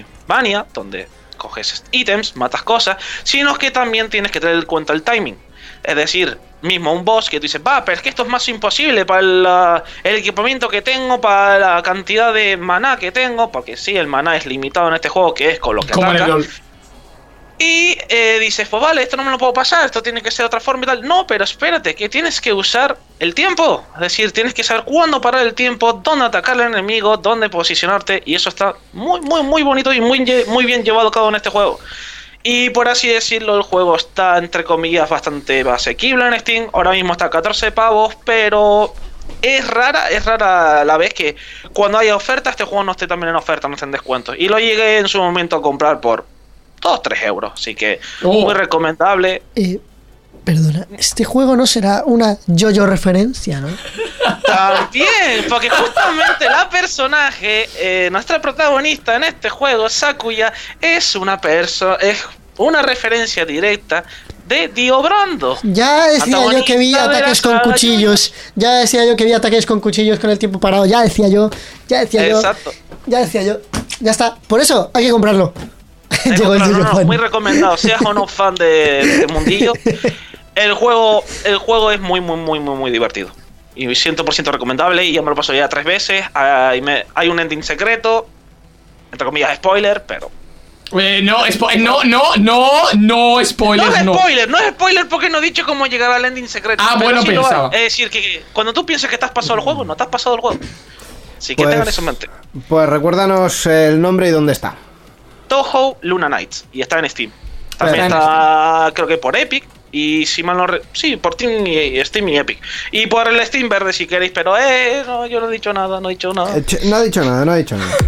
Metroidvania, donde coges ítems, matas cosas, sino que también tienes que tener en cuenta el timing. Es decir, mismo un boss que tú dices, pero es que esto es más imposible para el equipamiento que tengo, para la cantidad de maná que tengo, porque sí, el maná es limitado en este juego, que es con lo que ataca. Y dices, pues vale, esto no me lo puedo pasar, esto tiene que ser de otra forma y tal. No, pero espérate, que tienes que usar el tiempo. Es decir, tienes que saber cuándo parar el tiempo, dónde atacar al enemigo, dónde posicionarte. Y eso está muy, muy, muy bonito y muy bien llevado a cabo en este juego. Y por así decirlo, el juego está, entre comillas, bastante asequible en Steam. Ahora mismo está a 14 pavos, pero es rara la vez que cuando haya oferta, este juego no esté también en oferta, no esté en descuento. Y lo llegué en su momento a comprar por 2-3 euros, así que muy recomendable.
Perdona, este juego no será una yo-yo referencia, ¿no?
También, porque justamente la personaje, nuestra protagonista en este juego, Sakuya, es una referencia directa de Dio Brando.
Ya decía yo que vi ataques con cuchillos. Ya decía yo que vi ataques con cuchillos con el tiempo parado. Ya decía yo.
Exacto.
Ya decía yo. Ya está. Por eso hay que comprarlo.
Muy recomendado, seas o no fan de mundillo. El juego es muy divertido y 100% recomendable. Y ya me lo paso ya 3 veces. Hay un ending secreto, entre comillas spoiler, pero
no spoiler.
No es spoiler porque no he dicho cómo llegar al ending secreto.
Bueno,
sí
pensaba.
Es decir, que cuando tú piensas que te has pasado el juego, no te has pasado el juego. Así que tengan eso en mente.
Pues recuérdanos el nombre y dónde está.
Touhou Luna Nights, y está en Steam. También está, creo que por Epic, y si mal no por Steam y Epic. Y por el Steam verde si queréis, pero no, yo no he dicho nada.
No ha dicho nada.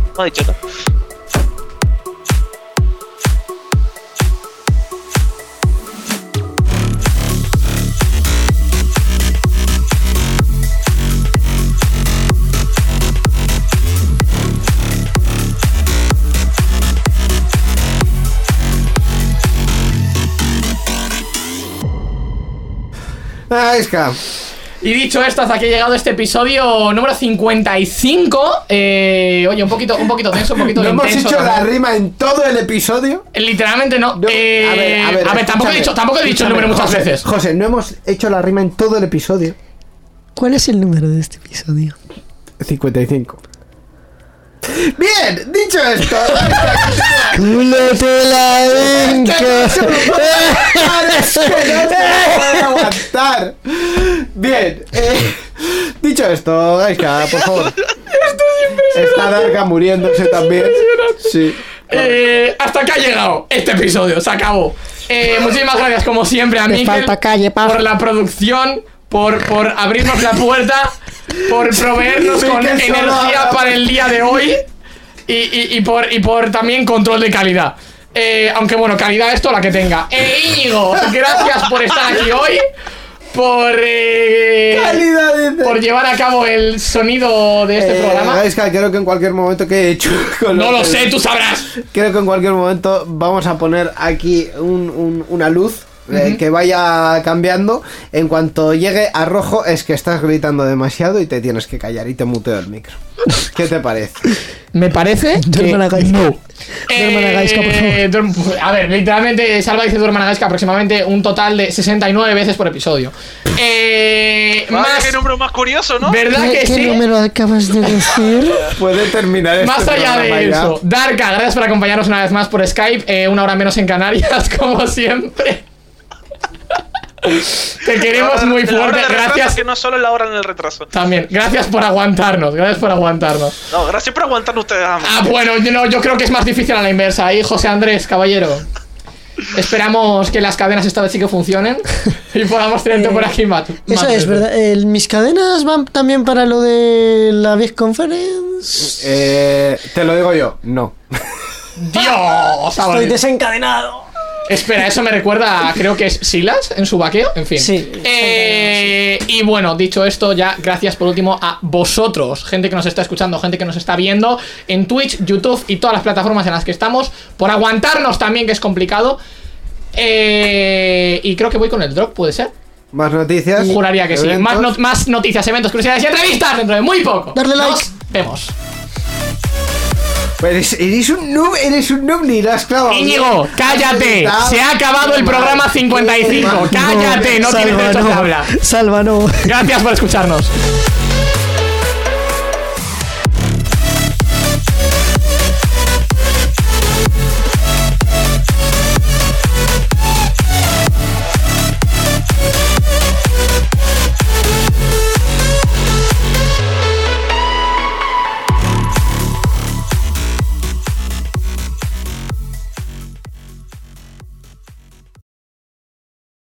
Gaiska.
Y dicho esto, hasta aquí ha llegado este episodio número 55. Oye, un poquito tenso, un poquito
¿No
intenso.
hemos hecho
también
la rima en todo el episodio?
Literalmente no. A ver, tampoco he dicho el número muchas veces.
José, no hemos hecho la rima en todo el episodio.
¿Cuál es el número de este episodio?
55. Bien, dicho esto.
¡Culo te la venco!
Es que no se puede aguantar. Bien, dicho esto, Gaiska, por favor.
Esto es impresionante.
Está Darka muriéndose también. Sí.
Hasta acá ha llegado este episodio, se acabó. Muchísimas gracias como siempre a Mikel por la producción, por abrirnos la puerta, por proveernos con energía para el día de hoy y por también control de calidad. Aunque bueno, calidad esto la que tenga. Íñigo, gracias por estar aquí hoy, por llevar a cabo el sonido de este programa.
Es que creo que en cualquier momento que he hecho
no lo sé, tú sabrás.
Creo que en cualquier momento vamos a poner aquí una luz que vaya cambiando. En cuanto llegue a rojo es que estás gritando demasiado y te tienes que callar y te muteo el micro. ¿Qué te parece?
Me parece que no.
Duerman a Gaiska, por favor.
A ver, literalmente Salva dice duerman a Gaiska aproximadamente un total de 69 veces por episodio.
¿Qué número más curioso, no?
¿Verdad que sí?
¿Qué número acabas de decir?
Puede terminar
más allá de eso, Darka, gracias por acompañarnos una vez más por Skype, una hora menos en Canarias, como siempre. Te queremos muy fuerte, gracias.
Que no solo la hora en el retraso.
También, gracias por aguantarnos.
No, gracias por aguantarnos ustedes.
Bueno, yo creo que es más difícil a la inversa. Ahí, José Andrés, caballero. Esperamos que las cadenas esta vez sí que funcionen y podamos tenerte por aquí más.
Eso es, ¿verdad? ¿Mis cadenas van también para lo de la Big Conference?
Te lo digo yo, no.
Dios,
estoy desencadenado.
Espera, eso me recuerda, creo que es Silas en su vaqueo, en fin.
Sí.
Y bueno, dicho esto, ya gracias por último a vosotros, gente que nos está escuchando, gente que nos está viendo en Twitch, YouTube y todas las plataformas en las que estamos, por aguantarnos también, que es complicado. Y creo que voy con el drop, ¿puede ser?
¿Más noticias?
Juraría que sí. Más noticias, eventos, curiosidades y entrevistas dentro de muy poco.
Darle like.
Nos vemos.
Pues eres un noob ni lo has clavado.
Íñigo, cállate. Se ha acabado el programa 55. Cállate, no tienes derecho a hablar.
Salva, no.
Gracias por escucharnos.